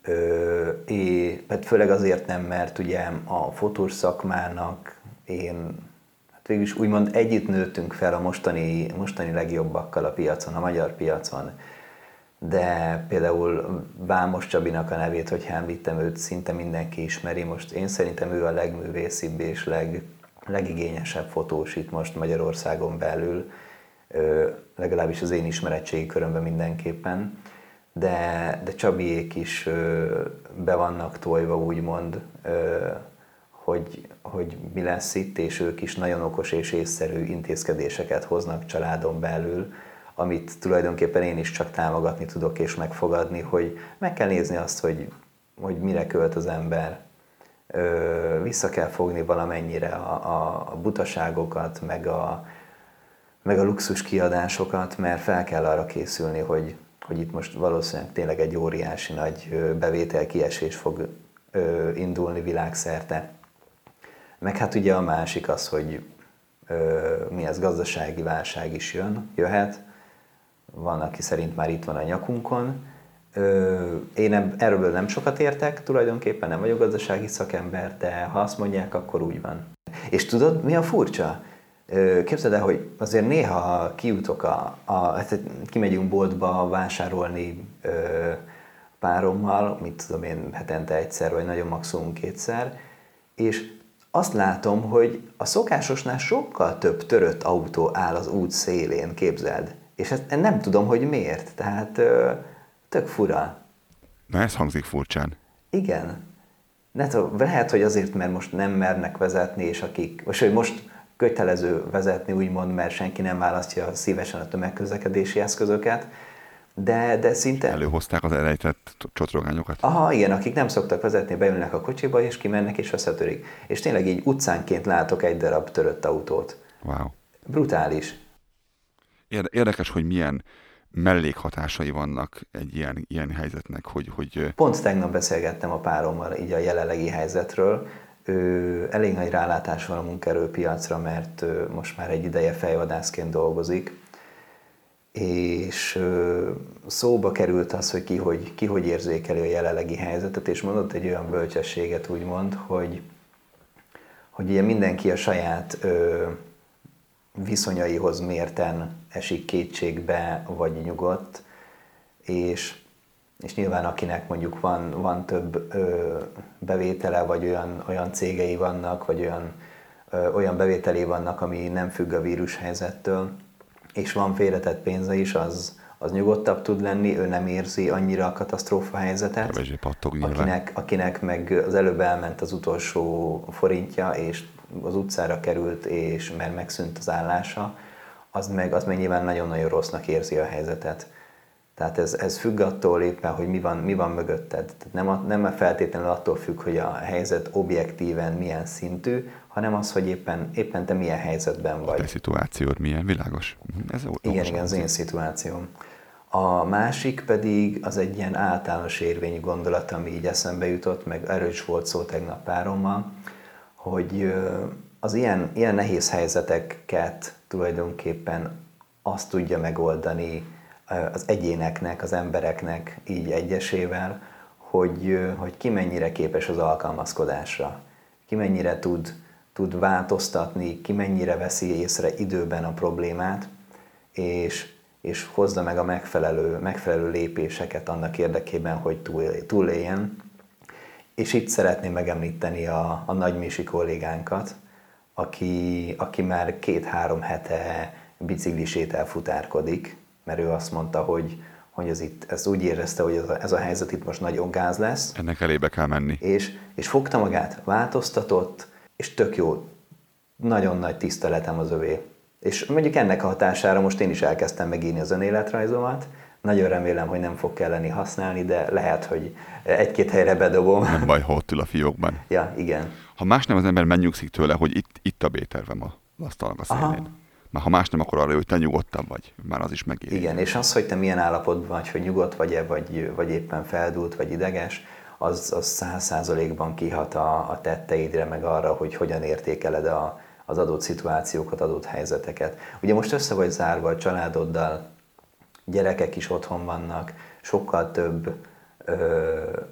Ö, és, hát főleg azért nem, mert ugye a fotós szakmának én hát végül is úgymond együtt nőttünk fel a mostani, mostani legjobbakkal a piacon, a magyar piacon. De például Vámos Csabinak a nevét, hogyha említem, őt szinte mindenki ismeri. Most én szerintem ő a legművészibb és leg, legigényesebb fotós itt most Magyarországon belül, ö, legalábbis az én ismeretségi körömben mindenképpen. De, de Csabiék is ö, be vannak tojva, úgymond, ö, hogy, hogy mi lesz itt, és ők is nagyon okos és észszerű intézkedéseket hoznak családon belül, amit tulajdonképpen én is csak támogatni tudok és megfogadni, hogy meg kell nézni azt, hogy, hogy mire költ az ember. Ö, vissza kell fogni valamennyire a, a, a butaságokat, meg a, meg a luxus kiadásokat, mert fel kell arra készülni, hogy, hogy itt most valószínűleg tényleg egy óriási nagy bevétel kiesés fog ö, indulni világszerte. Meg hát ugye a másik az, hogy ö, mi ez, gazdasági válság is jön, jöhet. Van, aki szerint már itt van a nyakunkon. Ö, én erről nem sokat értek, tulajdonképpen nem vagyok gazdasági szakember, de ha azt mondják, akkor úgy van. És tudod, mi a furcsa? Ö, képzeld el, hogy azért néha kijutok, a, a, hát kimegyünk boltba vásárolni ö, párommal, mit tudom én, hetente egyszer, vagy nagyon maximum kétszer, és azt látom, hogy a szokásosnál sokkal több törött autó áll az út szélén, képzeld. És ezt nem tudom, hogy miért. Tehát tök fura. Na ez hangzik furcsán. Igen. Ne tudom, lehet, hogy azért, mert most nem mernek vezetni, és akik, vagy hogy most kötelező vezetni, úgymond, mert senki nem választja szívesen a tömegközlekedési eszközöket, de, de szinte... Előhozták az elejtett csotrogányokat. Aha, igen, akik nem szoktak vezetni, beülnek a kocsiba, és kimennek, és összetörik. És tényleg így utcánként látok egy darab törött autót. Wow. Brutális. Érdekes, hogy milyen mellékhatásai vannak egy ilyen, ilyen helyzetnek, hogy, hogy... Pont tegnap beszélgettem a párommal így a jelenlegi helyzetről. Ő, elég nagy rálátás van a munkaerőpiacra, mert ő, most már egy ideje fejvadászként dolgozik, és ö, szóba került az, hogy ki hogy, ki hogy érzékeli a jelenlegi helyzetet, és mondott egy olyan bölcsességet, úgymond, hogy, hogy ugye mindenki a saját ö, viszonyaihoz mérten esik kétségbe, vagy nyugodt, és, és nyilván akinek mondjuk van, van több ö, bevétele, vagy olyan, olyan cégei vannak, vagy olyan, ö, olyan bevételé vannak, ami nem függ a vírushelyzettől, és van félretett pénze is, az, az nyugodtabb tud lenni, ő nem érzi annyira a katasztrófa helyzetet. Pattog, akinek, akinek meg az előbb elment az utolsó forintja, és az utcára került, és mert megszűnt az állása, az meg, az meg nyilván nagyon-nagyon rossznak érzi a helyzetet. Tehát ez, ez függ attól éppen, hogy mi van, mi van mögötted. Tehát nem, a, nem feltétlenül attól függ, hogy a helyzet objektíven milyen szintű, hanem az, hogy éppen, éppen te milyen helyzetben vagy. A te szituációd milyen, világos? Ez igen, igen, az én szituációm. A másik pedig az egy ilyen általános érvényű gondolat, ami így eszembe jutott, meg erről is volt szó tegnap párommal, hogy az ilyen, ilyen nehéz helyzeteket tulajdonképpen azt tudja megoldani az egyéneknek, az embereknek így egyesével, hogy, hogy ki mennyire képes az alkalmazkodásra, ki mennyire tud, tud változtatni, ki mennyire veszi észre időben a problémát, és, és hozza meg a megfelelő, megfelelő lépéseket annak érdekében, hogy túl, túléljen. És itt szeretném megemlíteni a, a Nagymisi kollégánkat, aki, aki már két-három hete biciklisét futárkodik, mert ő azt mondta, hogy, hogy ez itt, ezt úgy érezte, hogy ez a, ez a helyzet itt most nagyon gáz lesz. Ennek elébe kell menni. És, és fogta magát, változtatott, és tök jó, nagyon nagy tiszteletem az övé. És mondjuk ennek a hatására most én is elkezdtem megírni az önéletrajzomat. Nagyon remélem, hogy nem fog kelleni használni, de lehet, hogy egy-két helyre bedobom. Nem baj, ha ott ül a fiókban. Ja, igen. Ha más nem, az ember megnyugszik tőle, hogy itt, itt a B-tervem a asztalnak a szélén. Már ha más nem, akkor arra, hogy te nyugodtabb vagy. Már az is megéri. Igen, és az, hogy te milyen állapotban vagy, hogy nyugodt vagy-e, vagy, vagy éppen feldúlt, vagy ideges, az száz százalékban kihat a, a tetteidre, meg arra, hogy hogyan értékeled a, az adott szituációkat, adott helyzeteket. Ugye most össze vagy zárva a családoddal, gyerekek is otthon vannak, sokkal több ö,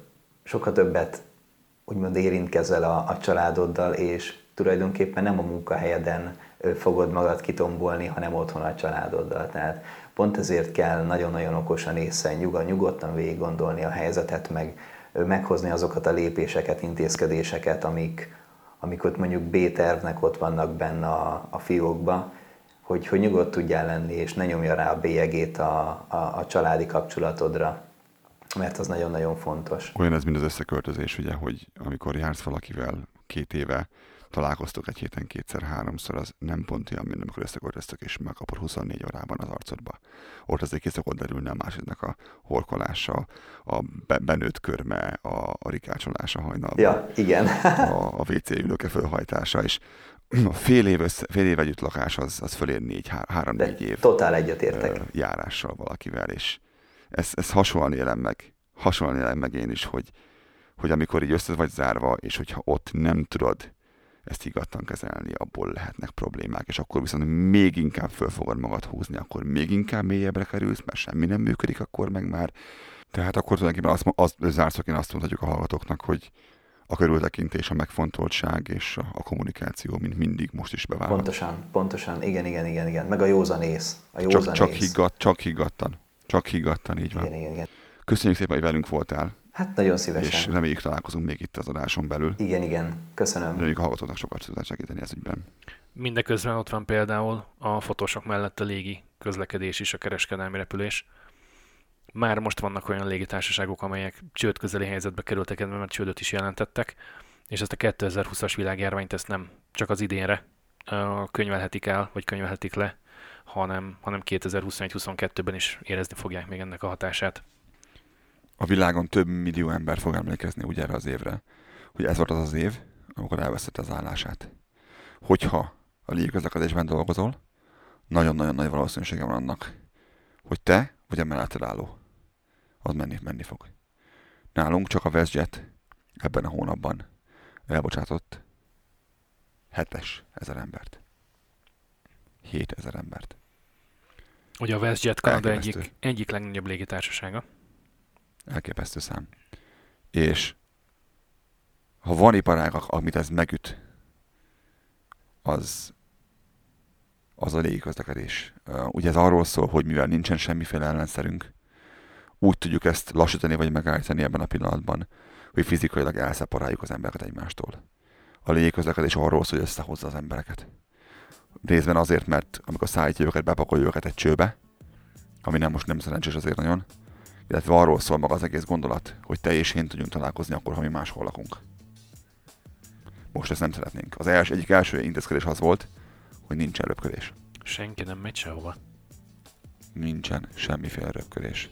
sokkal többet úgymond érintkezel a, a családoddal, és tulajdonképpen nem a munkahelyeden fogod magad kitombolni, hanem otthon a családoddal. Tehát pont ezért kell nagyon-nagyon okosan észre, nyugod, nyugodtan végig gondolni a helyzetet, meg meghozni azokat a lépéseket, intézkedéseket, amik, amik ott mondjuk B-tervnek ott vannak benne a, a fiókba, hogy, hogy nyugodt tudjál lenni, és ne nyomja rá a bélyegét a, a, a családi kapcsolatodra, mert az nagyon-nagyon fontos. Olyan ez, mint az összeköltözés, ugye, hogy amikor jársz valakivel két éve, találkoztok egy héten kétszer, háromszor, az nem pont olyan, mint amikor összeköltöztök, és megkapod huszonnégy órában az arcodba. Ott azért ki szokott derülni a másiknak a horkolása, a be- benőtt körme, a, a rikácsolása hajnalban. Ja, igen. a, a vé cé ülőke fölhajtása, és a fél év, össze, fél év együtt lakás az, az fölér négy, há, három-négy év. Totál egyetértek. Járással valakivel, és ez, ez hasonlóan élem meg. Hasonlóan élem meg én is, hogy, hogy amikor így össze vagy zárva, és hogyha ott nem tudod ezt higgadtan kezelni, abból lehetnek problémák, és akkor viszont még inkább föl fogod magad húzni, akkor még inkább mélyebbre kerülsz, mert semmi nem működik, akkor meg már. Tehát akkor tulajdonképpen azt, azt zárszóként azt mondhatjuk a hallgatóknak, hogy a körültekintés, a megfontoltság és a, a kommunikáció, mint mindig most is bevált. Pontosan, pontosan, igen, igen, igen, igen. Meg a józanész. A csak, józanész. csak, higgadt, csak higgadtan. Csak higgadtan, így van. Igen, igen, igen. Köszönjük szépen, hogy velünk voltál. Hát nagyon szívesen. És reméljük találkozunk még itt az adáson belül. Igen, igen. Köszönöm. Reméljük a hallgatóknak sokat tudod segíteni ez ügyben. Mindeközben ott van például a fotósok mellett a légi közlekedés is, a kereskedelmi repülés. Már most vannak olyan légitársaságok, amelyek csőd közeli helyzetbe kerültek, mert csődöt is jelentettek, és ezt a kétezer-húszas világjárványt ezt nem csak az idénre uh, könyvelhetik el, vagy könyvelhetik le, hanem, hanem kétezer-huszonegy-huszonkettőben is érezni fogják még ennek a hatását. A világon több millió ember fog emlékezni úgy erre az évre, hogy ez volt az az év, amikor elvesztette az állását. Hogyha a légiközlekedésben dolgozol, nagyon-nagyon nagy valószínűsége van annak, hogy te vagy a melletted álló, az menni, menni fog. Nálunk csak a WestJet ebben a hónapban elbocsátott hetes ezer embert. hétezer embert. Ugye a WestJet Kanada egyik, egyik legnagyobb légitársasága. Elképesztő szám. És ha van iparág, amit ez megüt, az, az a légiközlekedés. Ugye ez arról szól, hogy mivel nincsen semmiféle ellenszerünk, úgy tudjuk ezt lassítani vagy megállítani ebben a pillanatban, hogy fizikailag elszeparáljuk az embereket egymástól. A légiközlekedés arról szól, hogy összehozza az embereket. Részben azért, mert amikor szállítja őket, bepakolja őket egy csőbe, ami nem most nem szerencsés azért nagyon, illetve arról szól maga az egész gondolat, hogy te és én tudjunk találkozni akkor, ha mi máshol lakunk. Most ezt nem szeretnénk. Az els, egyik első intézkedés az volt, hogy nincsen röpködés. Senki nem megy sehova. Nincsen semmiféle röpködés.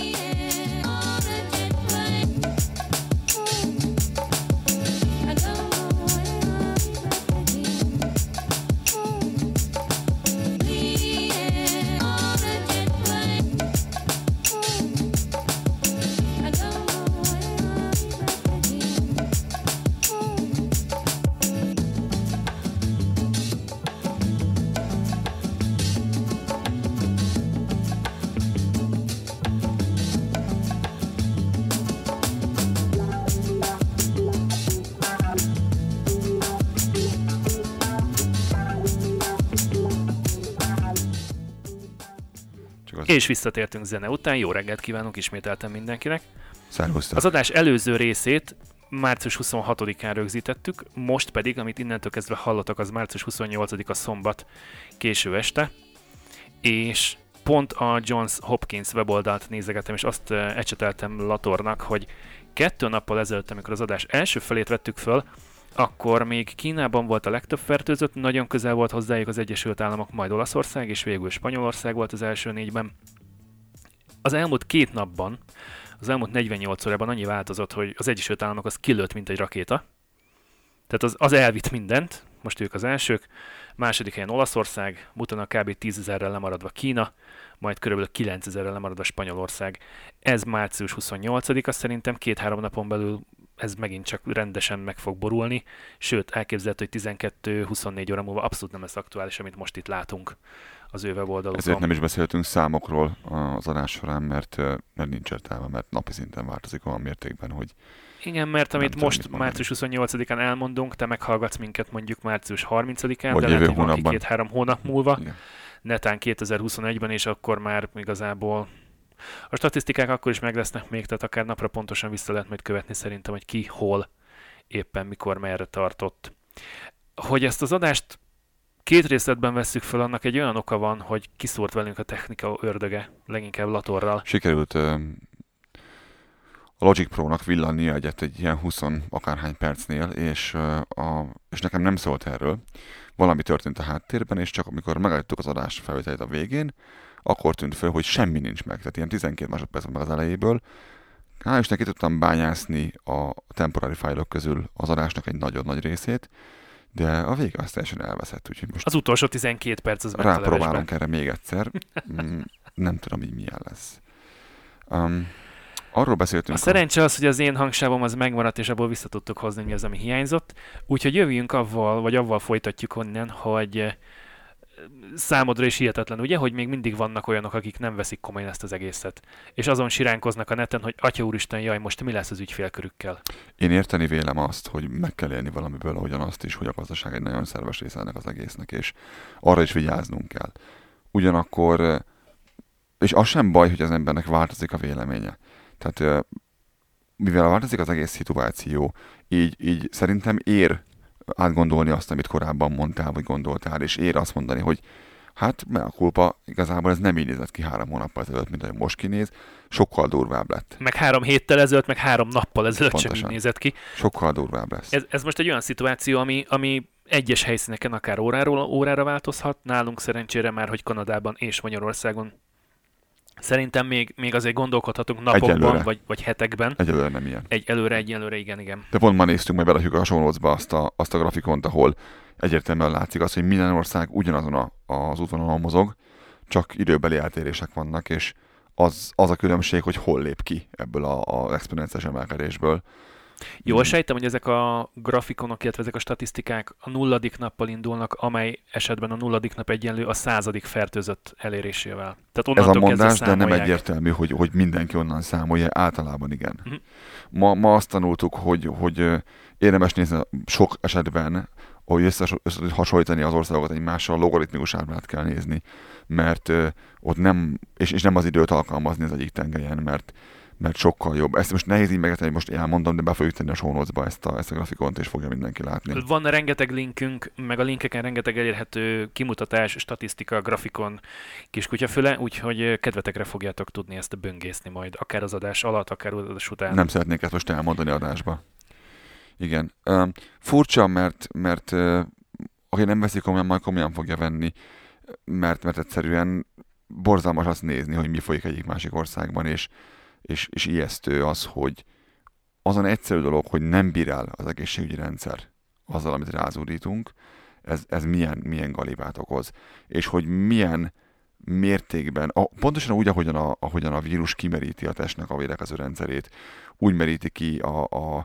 És visszatértünk zene után, jó reggelt kívánunk ismételten mindenkinek. Szervusztok. Az adás előző részét március huszonhatodikán rögzítettük, most pedig, amit innentől kezdve hallottak, az március huszonnyolcadika szombat késő este, és pont a Johns Hopkins weboldalt nézegettem, és azt ecseteltem Latornak, hogy kettő nappal ezelőtt, amikor az adás első felét vettük föl, akkor még Kínában volt a legtöbb fertőzött, nagyon közel volt hozzájuk az Egyesült Államok, majd Olaszország, és végül Spanyolország volt az első négyben. Az elmúlt két napban, az elmúlt negyvennyolc órában annyi változott, hogy az Egyesült Államok az kilőtt, mint egy rakéta. Tehát az, az elvitt mindent, most ők az elsők, második helyen Olaszország, utána kb. tízezerrel lemaradva Kína, majd körülbelül kilencezerrel lemaradva Spanyolország. Ez március huszonnyolcadika, szerintem két-három napon belül ez megint csak rendesen meg fog borulni, sőt elképzelhető, hogy tizenkettő-huszonnégy óra múlva abszolút nem lesz aktuális, amit most itt látunk az ő weboldalukon. Ezért nem is beszéltünk számokról az adás során, mert, mert nincs értelme, mert napi szinten változik olyan mértékben, hogy igen, mert amit tudom, most március huszonnyolcadikán elmondunk, te meghallgatsz minket mondjuk március harmincadikán, vagy de lehet, hogy hónapban. két-három hónap múlva, Igen. netán kétezer-huszonegyben, és akkor már igazából a statisztikák akkor is meg lesznek még, tehát akár napra pontosan vissza lehet majd követni szerintem, hogy ki, hol, éppen mikor, merre tartott. Hogy ezt az adást két részletben vesszük föl, annak egy olyan oka van, hogy kiszórt velünk a technika ördöge, leginkább Latorral. Sikerült uh, a Logic Pro-nak villannia egyet egy ilyen húsz akárhány percnél, és, uh, a, és nekem nem szólt erről. Valami történt a háttérben, és csak amikor megállítottuk az adás felvételét a végén, akkor tűnt föl, hogy semmi nincs meg. Tehát ilyen tizenkét másodperc meg az elejéből. Hál' Isten ki tudtam bányászni a temporary fájlok közül az adásnak egy nagyon nagy részét, de a vége azt teljesen elveszett, úgyhogy most az utolsó tizenkét perc az ment a levesbe. rápróbálunk erre még egyszer. Mm, nem tudom, így milyen lesz. Um, arról beszéltünk... A szerencse az, hogy az én hangsávom az megmaradt, és abból vissza tudtuk hozni, mi az, ami hiányzott. Úgyhogy jövjünk avval, vagy avval folytatjuk onnan, hogy számodra is hihetetlen, ugye, hogy még mindig vannak olyanok, akik nem veszik komolyan ezt az egészet. És azon siránkoznak a neten, hogy atya úristen, jaj, most mi lesz az ügyfélkörükkel? Én érteni vélem azt, hogy meg kell élni valamiből, ahogyan azt is, hogy a gazdaság egy nagyon szerves része ennek az egésznek, és arra is vigyáznunk kell. Ugyanakkor, és az sem baj, hogy az embernek változik a véleménye. Tehát mivel változik az egész szituáció, így, így szerintem ér átgondolni azt, amit korábban mondtál, vagy gondoltál, és ér azt mondani, hogy hát mea culpa, igazából ez nem így nézett ki három hónappal ezelőtt, mint ahogy most kinéz, sokkal durvább lett. Meg három héttel ezelőtt, meg három nappal ezelőtt sem így nézett ki. Sokkal durvább lesz. Ez, ez most egy olyan szituáció, ami, ami egyes helyszíneken akár óráról órára változhat, nálunk szerencsére már, hogy Kanadában és Magyarországon szerintem még, még azért gondolkodhatunk napokban, vagy, vagy hetekben. Egyelőre nem ilyen. Egy előre, egy előre, igen, igen. De pont ma néztünk, meg berakjuk a show notes-ba azt a, azt a grafikont, ahol egyértelműen látszik az, hogy minden ország ugyanazon a, az útvonalon mozog, csak időbeli eltérések vannak, és az, az a különbség, hogy hol lép ki ebből az exponenciális emelkedésből. Jól sejtem, hogy ezek a grafikonok, illetve ezek a statisztikák a nulladik nappal indulnak, amely esetben a nulladik nap egyenlő a századik fertőzött elérésével. Tehát ez a mondás, de nem egyértelmű, hogy, hogy mindenki onnan számolja, általában igen. Uh-huh. Ma, ma azt tanultuk, hogy, hogy érdemes nézni sok esetben, hogy összehasonlítani az országokat egymással, logaritmikus ábrát kell nézni, mert uh, ott nem, és, és nem az időt alkalmazni az egyik tengelyen, mert mert sokkal jobb. Ezt most nehéz így megérteni, hogy most elmondom, de be fogjuk tenni a show notes-ba ezt a, ezt a grafikont, és fogja mindenki látni. Van rengeteg linkünk, meg a linkeken rengeteg elérhető kimutatás, statisztika, grafikon, kiskutyafüle, úgyhogy kedvetekre fogjátok tudni ezt böngészni majd, akár az adás alatt, akár az adás után. Nem szeretnék ezt most elmondani adásba. Igen. Uh, furcsa, mert, mert uh, aki nem veszik komolyan, majd komolyan fogja venni, mert, mert egyszerűen borzalmas azt nézni, hogy mi folyik egyik másik országban, és És, és ijesztő az, hogy azon egyszerű dolog, hogy nem bír el az egészségügyi rendszer azzal, amit rázúdítunk, ez, ez milyen, milyen galibát okoz. És hogy milyen mértékben, a, pontosan úgy, ahogyan a, ahogyan a vírus kimeríti a testnek a védekező rendszerét, úgy meríti ki a, a,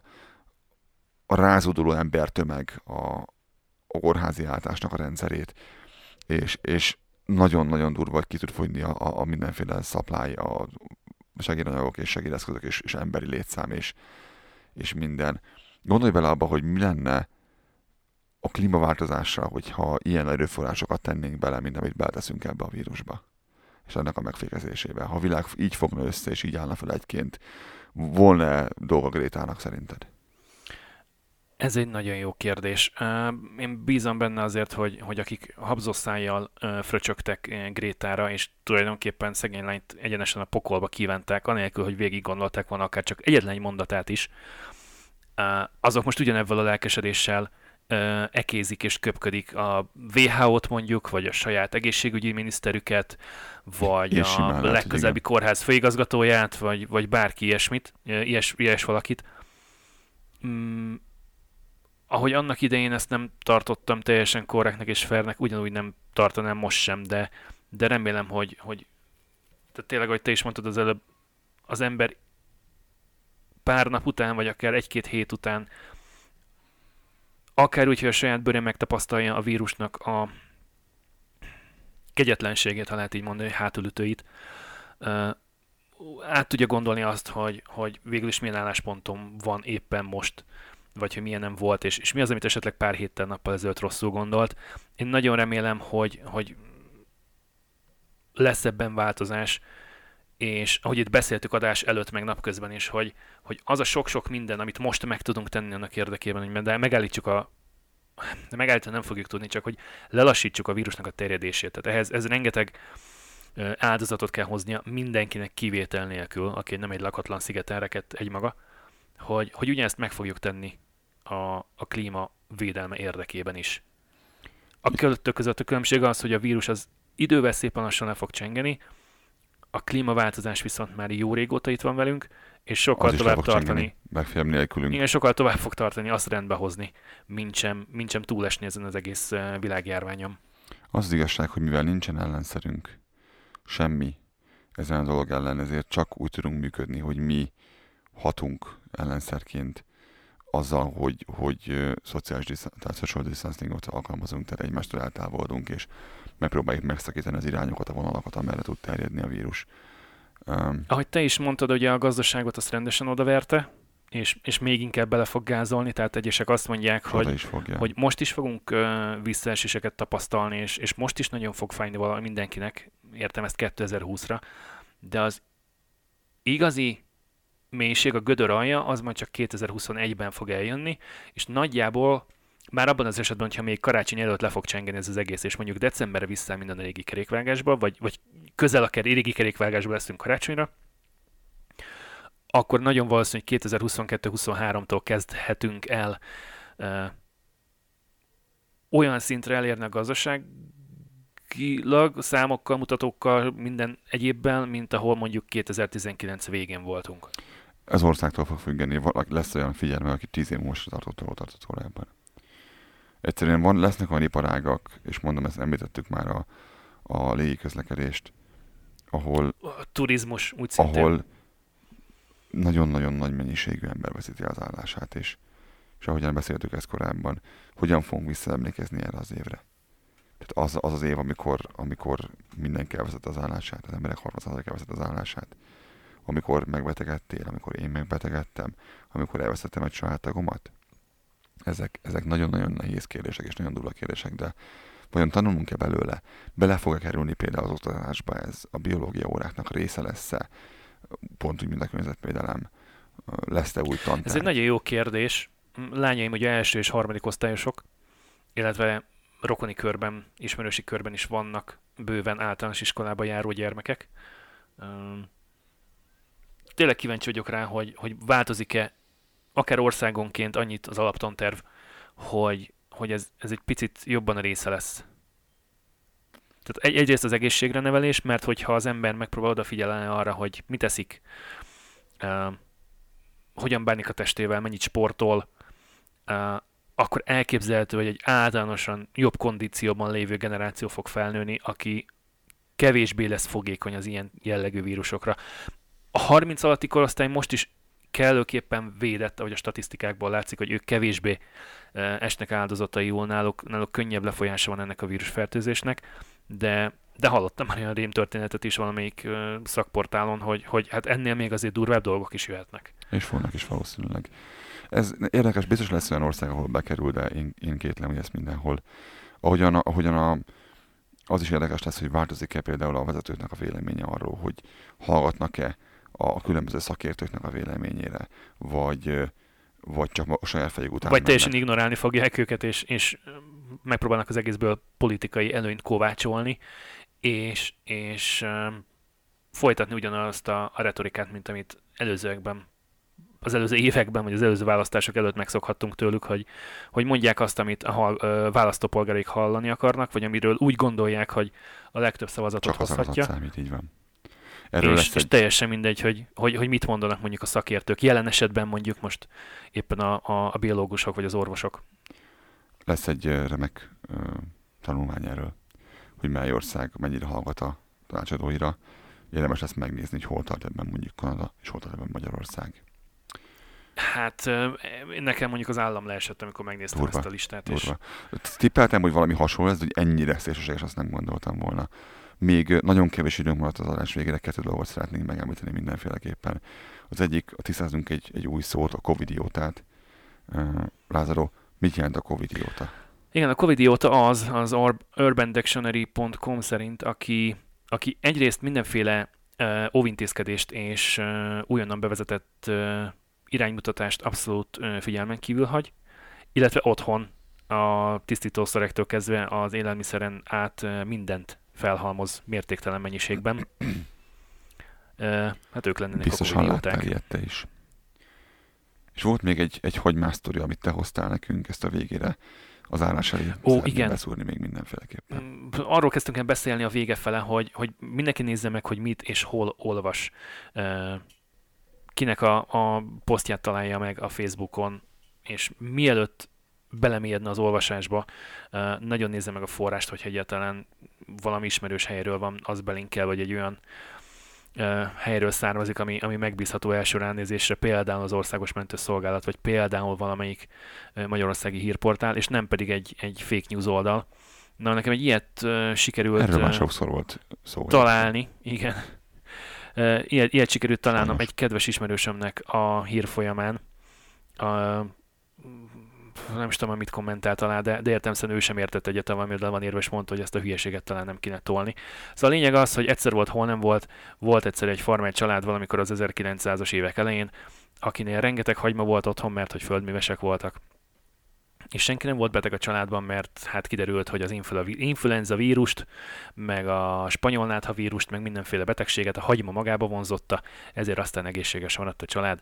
a rázóduló embertömeg a, a kórházi átásnak a rendszerét. És, és nagyon-nagyon durva, hogy ki tud fogyni a, a, a mindenféle supply, a segédanyagok és segédeszközök és, és emberi létszám és, és minden. Gondolj bele abba, hogy mi lenne a klímaváltozásra, hogyha ilyen erőforrásokat tennénk bele, mint amit beleteszünk ebbe a vírusba. És ennek a megfékezésébe. Ha a világ így fogna össze, és így állna fel egyként, volna dolga Grétának szerinted? Ez egy nagyon jó kérdés. Én bízom benne azért, hogy, hogy akik habzószájjal fröcsögtek Grétára, és tulajdonképpen szegény lányt egyenesen a pokolba kívánták, anélkül, hogy végig gondolták volna akár csak egyetlen egy mondatát is, azok most ugyanebben a lelkesedéssel ekézik és köpködik a vé há ó-t mondjuk, vagy a saját egészségügyi miniszterüket, vagy a legközelebbi kórház főigazgatóját, vagy, vagy bárki ilyesmit, ilyes, ilyes valakit. Mm, ahogy annak idején ezt nem tartottam teljesen korrektnek és fairnek, ugyanúgy nem tartanám most sem, de, de remélem, hogy, hogy tehát tényleg, ahogy te is mondtad az előbb, az ember pár nap után, vagy akár egy-két hét után, akár úgy, hogy a saját bőrén megtapasztalja a vírusnak a, kegyetlenségét, ha lehet így mondani, hátulütőit, át tudja gondolni azt, hogy, hogy végül is milyen álláspontom van éppen most, vagy hogy milyen nem volt, és, és mi az, amit esetleg pár héttel nappal ezelőtt rosszul gondolt. Én nagyon remélem, hogy, hogy lesz ebben változás, és ahogy itt beszéltük adás előtt, meg napközben is, hogy, hogy az a sok-sok minden, amit most meg tudunk tenni annak érdekében, hogy de megállítsuk a de megállítani nem fogjuk tudni, csak hogy lelassítsuk a vírusnak a terjedését. Tehát ehhez ez rengeteg áldozatot kell hoznia mindenkinek kivétel nélkül, aki nem egy lakatlan szigeten rekedt egymaga, hogy, hogy ugyanezt meg fogjuk tenni a, a klíma védelme érdekében is. A kettő között a különbség az, hogy a vírus az idővel szépen lassan le fog csengeni, a klímaváltozás viszont már jó régóta itt van velünk, és sokkal az tovább tartani. Megfélem nélkülünk. Igen, sokkal tovább fog tartani, azt rendbe hozni, mint sem, mint sem túlesni ezen az egész világjárványon. Az az igazság, hogy mivel nincsen ellenszerünk, semmi ezen a dolog ellen, ezért csak úgy tudunk működni, hogy mi hatunk ellenszerként azzal, hogy, hogy uh, szociális diszan- tehát social distancing-ot alkalmazunk, tehát egymástól eltávolodunk, és megpróbáljuk megszakítani az irányokat, a vonalakat, amerre tud terjedni a vírus. Um, Ahogy te is mondtad, ugye a gazdaságot azt rendesen odaverte, és, és még inkább bele fog gázolni, tehát egyesek azt mondják, hogy, hogy most is fogunk uh, visszaeséseket tapasztalni, és, és most is nagyon fog fájni valami mindenkinek, értem ezt kétezer-húszra, de az igazi mélység, a gödör alja, az majd csak kétezer-huszonegyben fog eljönni, és nagyjából már abban az esetben, hogyha még karácsony előtt le fog csengeni ez az egész, és mondjuk decemberre vissza minden a régi kerékvágásba, vagy, vagy közel a régi kerékvágásba leszünk karácsonyra, akkor nagyon valószínű, hogy kétezer-huszonkettő-huszonháromtól kezdhetünk el ö, olyan szintre elérni a gazdaságilag, számokkal, mutatókkal, minden egyébben, mint ahol mondjuk kétezer-tizenkilenc végén voltunk. Ez országtól fog függeni, lesz olyan figyelme, aki tíz év most tartott, ahol tartott korábban. Egyszerűen van, lesznek olyan iparágak, és mondom, ezt említettük már a, a légiközlekedést, ahol... A turizmus úgy szintén. Ahol nagyon-nagyon nagy mennyiségű ember veszíti az állását, és, és ahogyan beszéltük ezt korábban, hogyan fogunk visszaemlékezni erre az évre. Tehát az az, az év, amikor, amikor mindenki elveszett az állását, az emberek harminc százalék elveszett az állását, amikor megbetegedtél, amikor én megbetegedtem, amikor elvesztettem egy családtagomat. Ezek, ezek nagyon-nagyon nehéz kérdések és nagyon durva kérdések, de vajon tanulunk-e belőle? Bele fog-e kerülni például az oktatásba ez? A biológia óráknak része lesz-e? Pont úgy, mint a környezetvédelem. Lesz-e új tantárgy? Ez egy nagyon jó kérdés. Lányaim ugye első és harmadik osztályosok, illetve rokoni körben, ismerősi körben is vannak bőven általános iskolába járó gyermekek. Tényleg kíváncsi vagyok rá, hogy, hogy változik-e akár országonként annyit az alaptanterv, hogy, hogy ez, ez egy picit jobban a része lesz. Tehát egy, egyrészt az egészségre nevelés, mert hogyha az ember megpróbál odafigyelni arra, hogy mit eszik, uh, hogyan bánik a testével, mennyit sportol, uh, akkor elképzelhető, hogy egy általánosan jobb kondícióban lévő generáció fog felnőni, aki kevésbé lesz fogékony az ilyen jellegű vírusokra. A harminc alatti korosztály most is kellőképpen védett, ahogy a statisztikákból látszik, hogy ők kevésbé esnek áldozataiul, náluk, náluk könnyebb lefolyása van ennek a vírusfertőzésnek, de, de hallottam már olyan rémtörténetet is valamelyik uh, szakportálon, hogy, hogy hát ennél még azért durvább dolgok is jöhetnek. És fognak is valószínűleg. Ez érdekes, biztos lesz olyan ország, ahol bekerül, de én, én kétlem, hogy ezt mindenhol. Ahogyan, a, ahogyan a, az is érdekes lesz, hogy változik-e például a vezetőknek a véleménye arról, hogy hallgatnak-e a különböző szakértőknek a véleményére, vagy, vagy csak a saját fejük után Vagy teljesen mennek. ignorálni fogják őket, és, és megpróbálnak az egészből politikai előnyt kovácsolni, és, és um, folytatni ugyanazt a, a retorikát, mint amit előzőekben, az előző években, vagy az előző választások előtt megszokhattunk tőlük, hogy, hogy mondják azt, amit a hall, ö, választópolgáraik hallani akarnak, vagy amiről úgy gondolják, hogy a legtöbb szavazatot csak hozhatja. Csak számít, így van. Erről és, lesz és egy... teljesen mindegy, hogy, hogy, hogy mit mondanak mondjuk a szakértők. Jelen esetben mondjuk most éppen a, a, a biológusok vagy az orvosok. Lesz egy remek uh, tanulmány erről, hogy mely ország mennyire hallgat a tanácsadóira. Érdemes lesz megnézni, hogy hol tart ebben mondjuk Kanada, és hol tart ebben Magyarország. Hát nekem mondjuk az állam leesett, amikor megnéztem Durva, ezt a listát. Durva. És... Tippeltem, hogy valami hasonló ez, hogy ennyire szélsőséges, azt nem gondoltam volna. Még nagyon kevés időnk maradt az adás végére, kettő dolgot szeretnénk megemlíteni mindenféleképpen. Az egyik, tisztázunk egy, egy új szót, a covidiótát. Uh, Lázaro, mit jelent a covidióta? Igen, a covidióta az, az urban dictionary pont com szerint, aki, aki egyrészt mindenféle uh, óvintézkedést és uh, újonnan bevezetett uh, iránymutatást abszolút uh, figyelmen kívül hagy, illetve otthon a tisztítószerektől kezdve az élelmiszeren át uh, mindent felhalmoz mértéktelen mennyiségben. Uh, hát ők lennének biztosan a covidióták. Biztosan láttál ilyet te is. És volt még egy, egy hagymás-sztori, amit te hoztál nekünk ezt a végére az állás elé. Ó, igen. Beszúrni még mindenféleképpen. Arról kezdtünk el beszélni a vége fele, hogy, hogy mindenki nézze meg, hogy mit és hol olvas. Kinek a, a posztját találja meg a Facebookon, és mielőtt belemélyedne az olvasásba, nagyon nézze meg a forrást, hogy egyáltalán valami ismerős helyről van, az belinkel, vagy egy olyan helyről származik, ami, ami megbízható első ránézésre, például az Országos Mentőszolgálat, vagy például valamelyik magyarországi hírportál, és nem pedig egy, egy fake news oldal. Na, nekem egy ilyet uh, sikerült Erről már sokszor volt szó. találni, igen. Uh, ilyet, ilyet sikerült találnom egy kedves ismerősömnek a hír folyamán. Uh, nem is tudom, mit kommentált alá, de, de értelemszerűen ő sem értett egyet, amivel van érve, és mondta, hogy ezt a hülyeséget talán nem kéne tolni. Szóval a lényeg az, hogy egyszer volt, hol nem volt, volt egyszer egy farmer család valamikor az ezerkilencszázas évek elején, akinél rengeteg hagyma volt otthon, mert hogy földművesek voltak. És senki nem volt beteg a családban, mert hát kiderült, hogy az influenza vírust, meg a spanyolnátha vírust, meg mindenféle betegséget a hagyma magába vonzotta, ezért aztán egészséges maradt a család.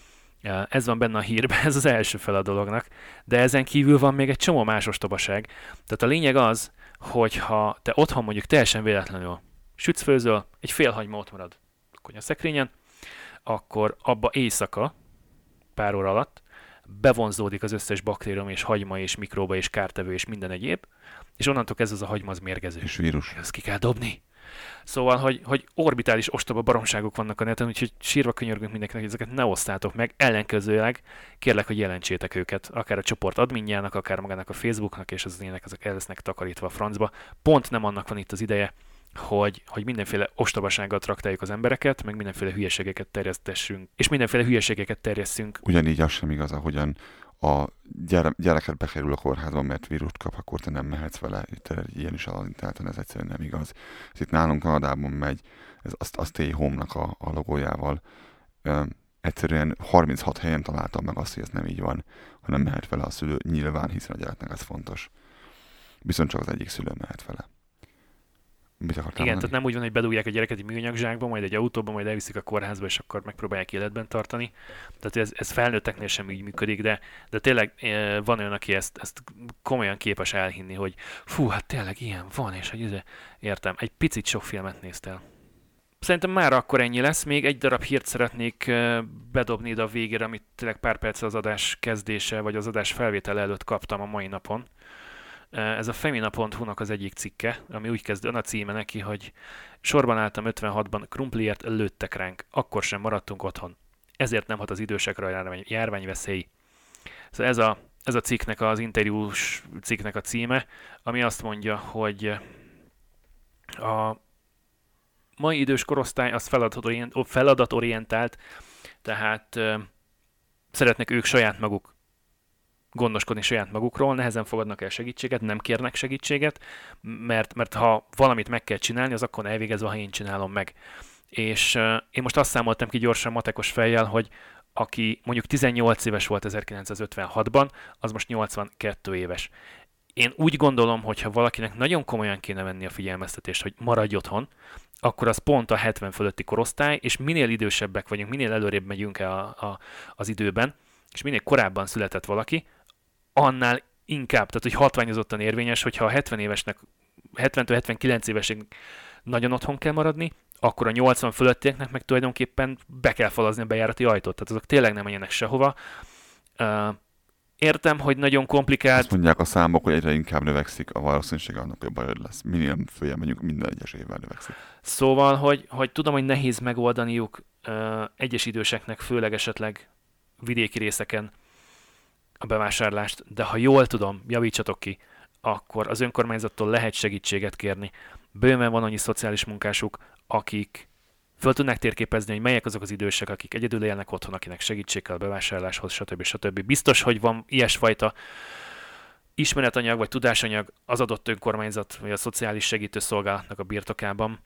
Ez van benne a hírben, ez az első fel a dolognak, de ezen kívül van még egy csomó más ostobaság. Tehát a lényeg az, hogy ha te otthon mondjuk teljesen véletlenül sütsz, főzöl, egy fél hagyma ott marad a konyhaszekrényen, akkor abba éjszaka, pár óra alatt, bevonzódik az összes baktérium és hagyma és mikróba és kártevő és minden egyéb, és onnantól kezdve az a hagyma az mérgező. És vírus. Ezt ki kell dobni. Szóval, hogy, hogy orbitális ostoba baromságok vannak a neten, úgyhogy sírva könyörgünk mindenkinek, hogy ezeket ne osztátok meg, ellenkezőleg kérlek, hogy jelentsétek őket, akár a csoport adminjának, akár magának a Facebooknak, és az ilyenek ezek el lesznek takarítva a francba. Pont nem annak van itt az ideje, hogy, hogy mindenféle ostobasággal traktáljuk az embereket, meg mindenféle hülyeségeket terjesztessünk, és mindenféle hülyeségeket terjesszünk. Ugyanígy az sem igaz, ahogyan a gyere, gyereket bekerül a kórházba, mert vírust kap, akkor te nem mehetsz vele. Itt ilyen is alanitáltan, ez egyszerűen nem igaz. Ez itt nálunk Kanadában megy, ez a Stay Home-nak a, a logójával. Ö, egyszerűen harminchat helyen találtam meg azt, hogy ez nem így van, hanem mehet vele a szülő, nyilván, hiszen a gyereknek ez fontos. Viszont csak az egyik szülő mehet vele. Mit akartál Igen, mondani? tehát nem úgy van, hogy bedugják a gyereket egy műanyag zsákba, majd egy autóba, majd elviszik a kórházba, és akkor megpróbálják életben tartani. Tehát ez, ez felnőtteknél sem így működik, de, de tényleg van olyan, aki ezt, ezt komolyan képes elhinni, hogy fú, hát tényleg ilyen van, és hogy ez, értem, egy picit sok filmet néztél. Szerintem már akkor ennyi lesz. Még egy darab hírt szeretnék bedobni ide a végére, amit tényleg pár perc az adás kezdése, vagy az adás felvétele előtt kaptam a mai napon. Ez a femina pont hu-nak az egyik cikke, ami úgy kezd, a címe neki, hogy sorban álltam ötvenhatban, krumpliért lőttek ránk, akkor sem maradtunk otthon. Ezért nem hat az idősekre a járvány, járványveszély. Szóval ez a, ez a cikknek, az interjús cikknek a címe, ami azt mondja, hogy a mai idős korosztály az feladatorient, feladatorientált, tehát uh, szeretnek ők saját maguk gondoskodni saját magukról, nehezen fogadnak el segítséget, nem kérnek segítséget, mert, mert ha valamit meg kell csinálni, az akkor elvégezve, ha én csinálom meg. És uh, én most azt számoltam ki gyorsan matekos fejjel, hogy aki mondjuk tizennyolc éves volt ezerkilencszázötvenhatban, az most nyolcvankettő éves. Én úgy gondolom, hogy ha valakinek nagyon komolyan kéne venni a figyelmeztetést, hogy maradj otthon, akkor az pont a hetven fölötti korosztály, és minél idősebbek vagyunk, minél előrébb megyünk el a, a, az időben, és minél korábban született valaki, annál inkább, tehát hogy hatványozottan érvényes, hogyha a hetven évesnek, hetventől hetvenkilenc évesig nagyon otthon kell maradni, akkor a nyolcvan fölöttieknek meg tulajdonképpen be kell falazni a bejárati ajtót. Tehát azok tényleg nem menjenek sehova. Uh, értem, hogy nagyon komplikált. Azt mondják a számok, hogy egyre inkább növekszik a valószínűség annak, hogy bajod lesz. Minél följebb megyünk, minden egyes évvel növekszik. Szóval, hogy, hogy tudom, hogy nehéz megoldaniuk uh, egyes időseknek, főleg esetleg vidéki részeken a bevásárlást, de ha jól tudom, javítsatok ki, akkor az önkormányzattól lehet segítséget kérni. Bőven van annyi szociális munkásuk, akik föl tudnák térképezni, hogy melyek azok az idősek, akik egyedül élnek otthon, akinek segítség kell a bevásárláshoz, stb. stb. Biztos, hogy van ilyesfajta ismeretanyag vagy tudásanyag az adott önkormányzat vagy a szociális segítőszolgálatnak a birtokában.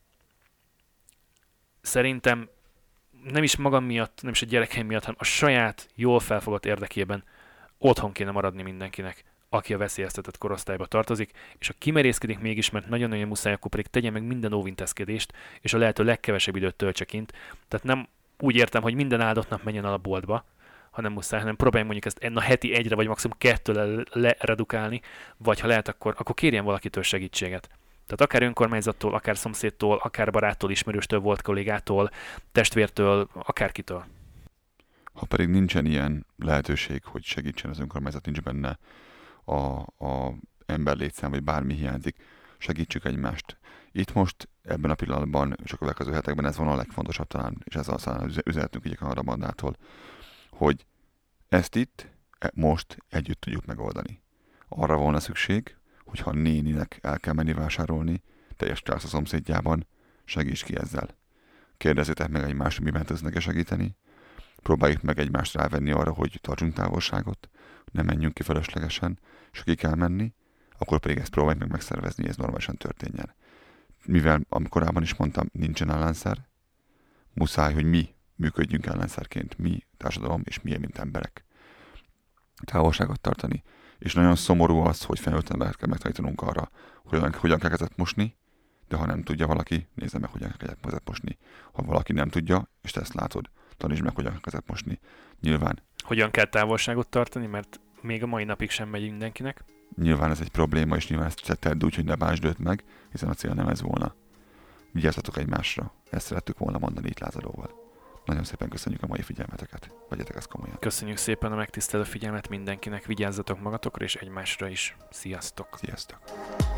Szerintem nem is magam miatt, nem is a gyerekeim miatt, hanem a saját jól felfogott érdekében otthon kéne maradni mindenkinek, aki a veszélyeztetett korosztályba tartozik, és ha kimerészkedik mégis, mert nagyon-nagyon muszáj, akkor pedig tegye meg minden óvintézkedést, és a lehető legkevesebb időt töltse kint. Tehát nem úgy értem, hogy minden áldott nap menjen el a boltba, hanem muszáj, hanem próbálj mondjuk ezt a heti egyre, vagy maximum kettőre leredukálni, vagy ha lehet, akkor, akkor kérjen valakitől segítséget. Tehát akár önkormányzattól, akár szomszédtól, akár baráttól, ismerőstől, volt kollégától, testvértől, akárkitől. Ha pedig nincsen ilyen lehetőség, hogy segítsen az önkormányzat, nincs benne a, a emberlétszám, vagy bármi hiányzik, segítsük egymást. Itt most, ebben a pillanatban, és a következő hetekben ez van a legfontosabb talán, és ez aztán üzenetünk így a bandától, hogy ezt itt most együtt tudjuk megoldani. Arra volna szükség, hogyha a néninek el kell menni vásárolni, teljes társz a szomszédjában, segíts ki ezzel. Kérdezzétek meg egymást, hogy miben tudsz segíteni, próbáljuk meg egymást rávenni arra, hogy tartsunk távolságot, ne menjünk ki feleslegesen, és ha ki kell menni, akkor pedig ezt próbáljuk meg megszervezni, ez normálisan történjen. Mivel, amikor korábban is mondtam, nincsen ellenszer, muszáj, hogy mi működjünk ellenszerként, mi társadalom, és mi, mint emberek. Távolságot tartani. És nagyon szomorú az, hogy felnőtt embert kell megtanítanunk arra, hogy hogyan kell kezet mosni, de ha nem tudja valaki, nézze meg, hogyan kell kezet mosni. Ha valaki nem tudja, és te ezt látod, tanítsd meg, hogyan kell kezet mosni. Nyilván. Hogyan kell távolságot tartani, mert még a mai napig sem megy mindenkinek. Nyilván ez egy probléma, és nyilván ezt tedd úgy, hogy ne bántsd őt meg, hiszen a cél nem ez volna. Vigyázzatok egymásra. Ezt szerettük volna mondani itt Lázadóval. Nagyon szépen köszönjük a mai figyelmeteket. Vegyetek ezt komolyan. Köszönjük szépen a megtisztelő figyelmet mindenkinek. Vigyázzatok magatokra és egymásra is. Sziasztok! Sziasztok!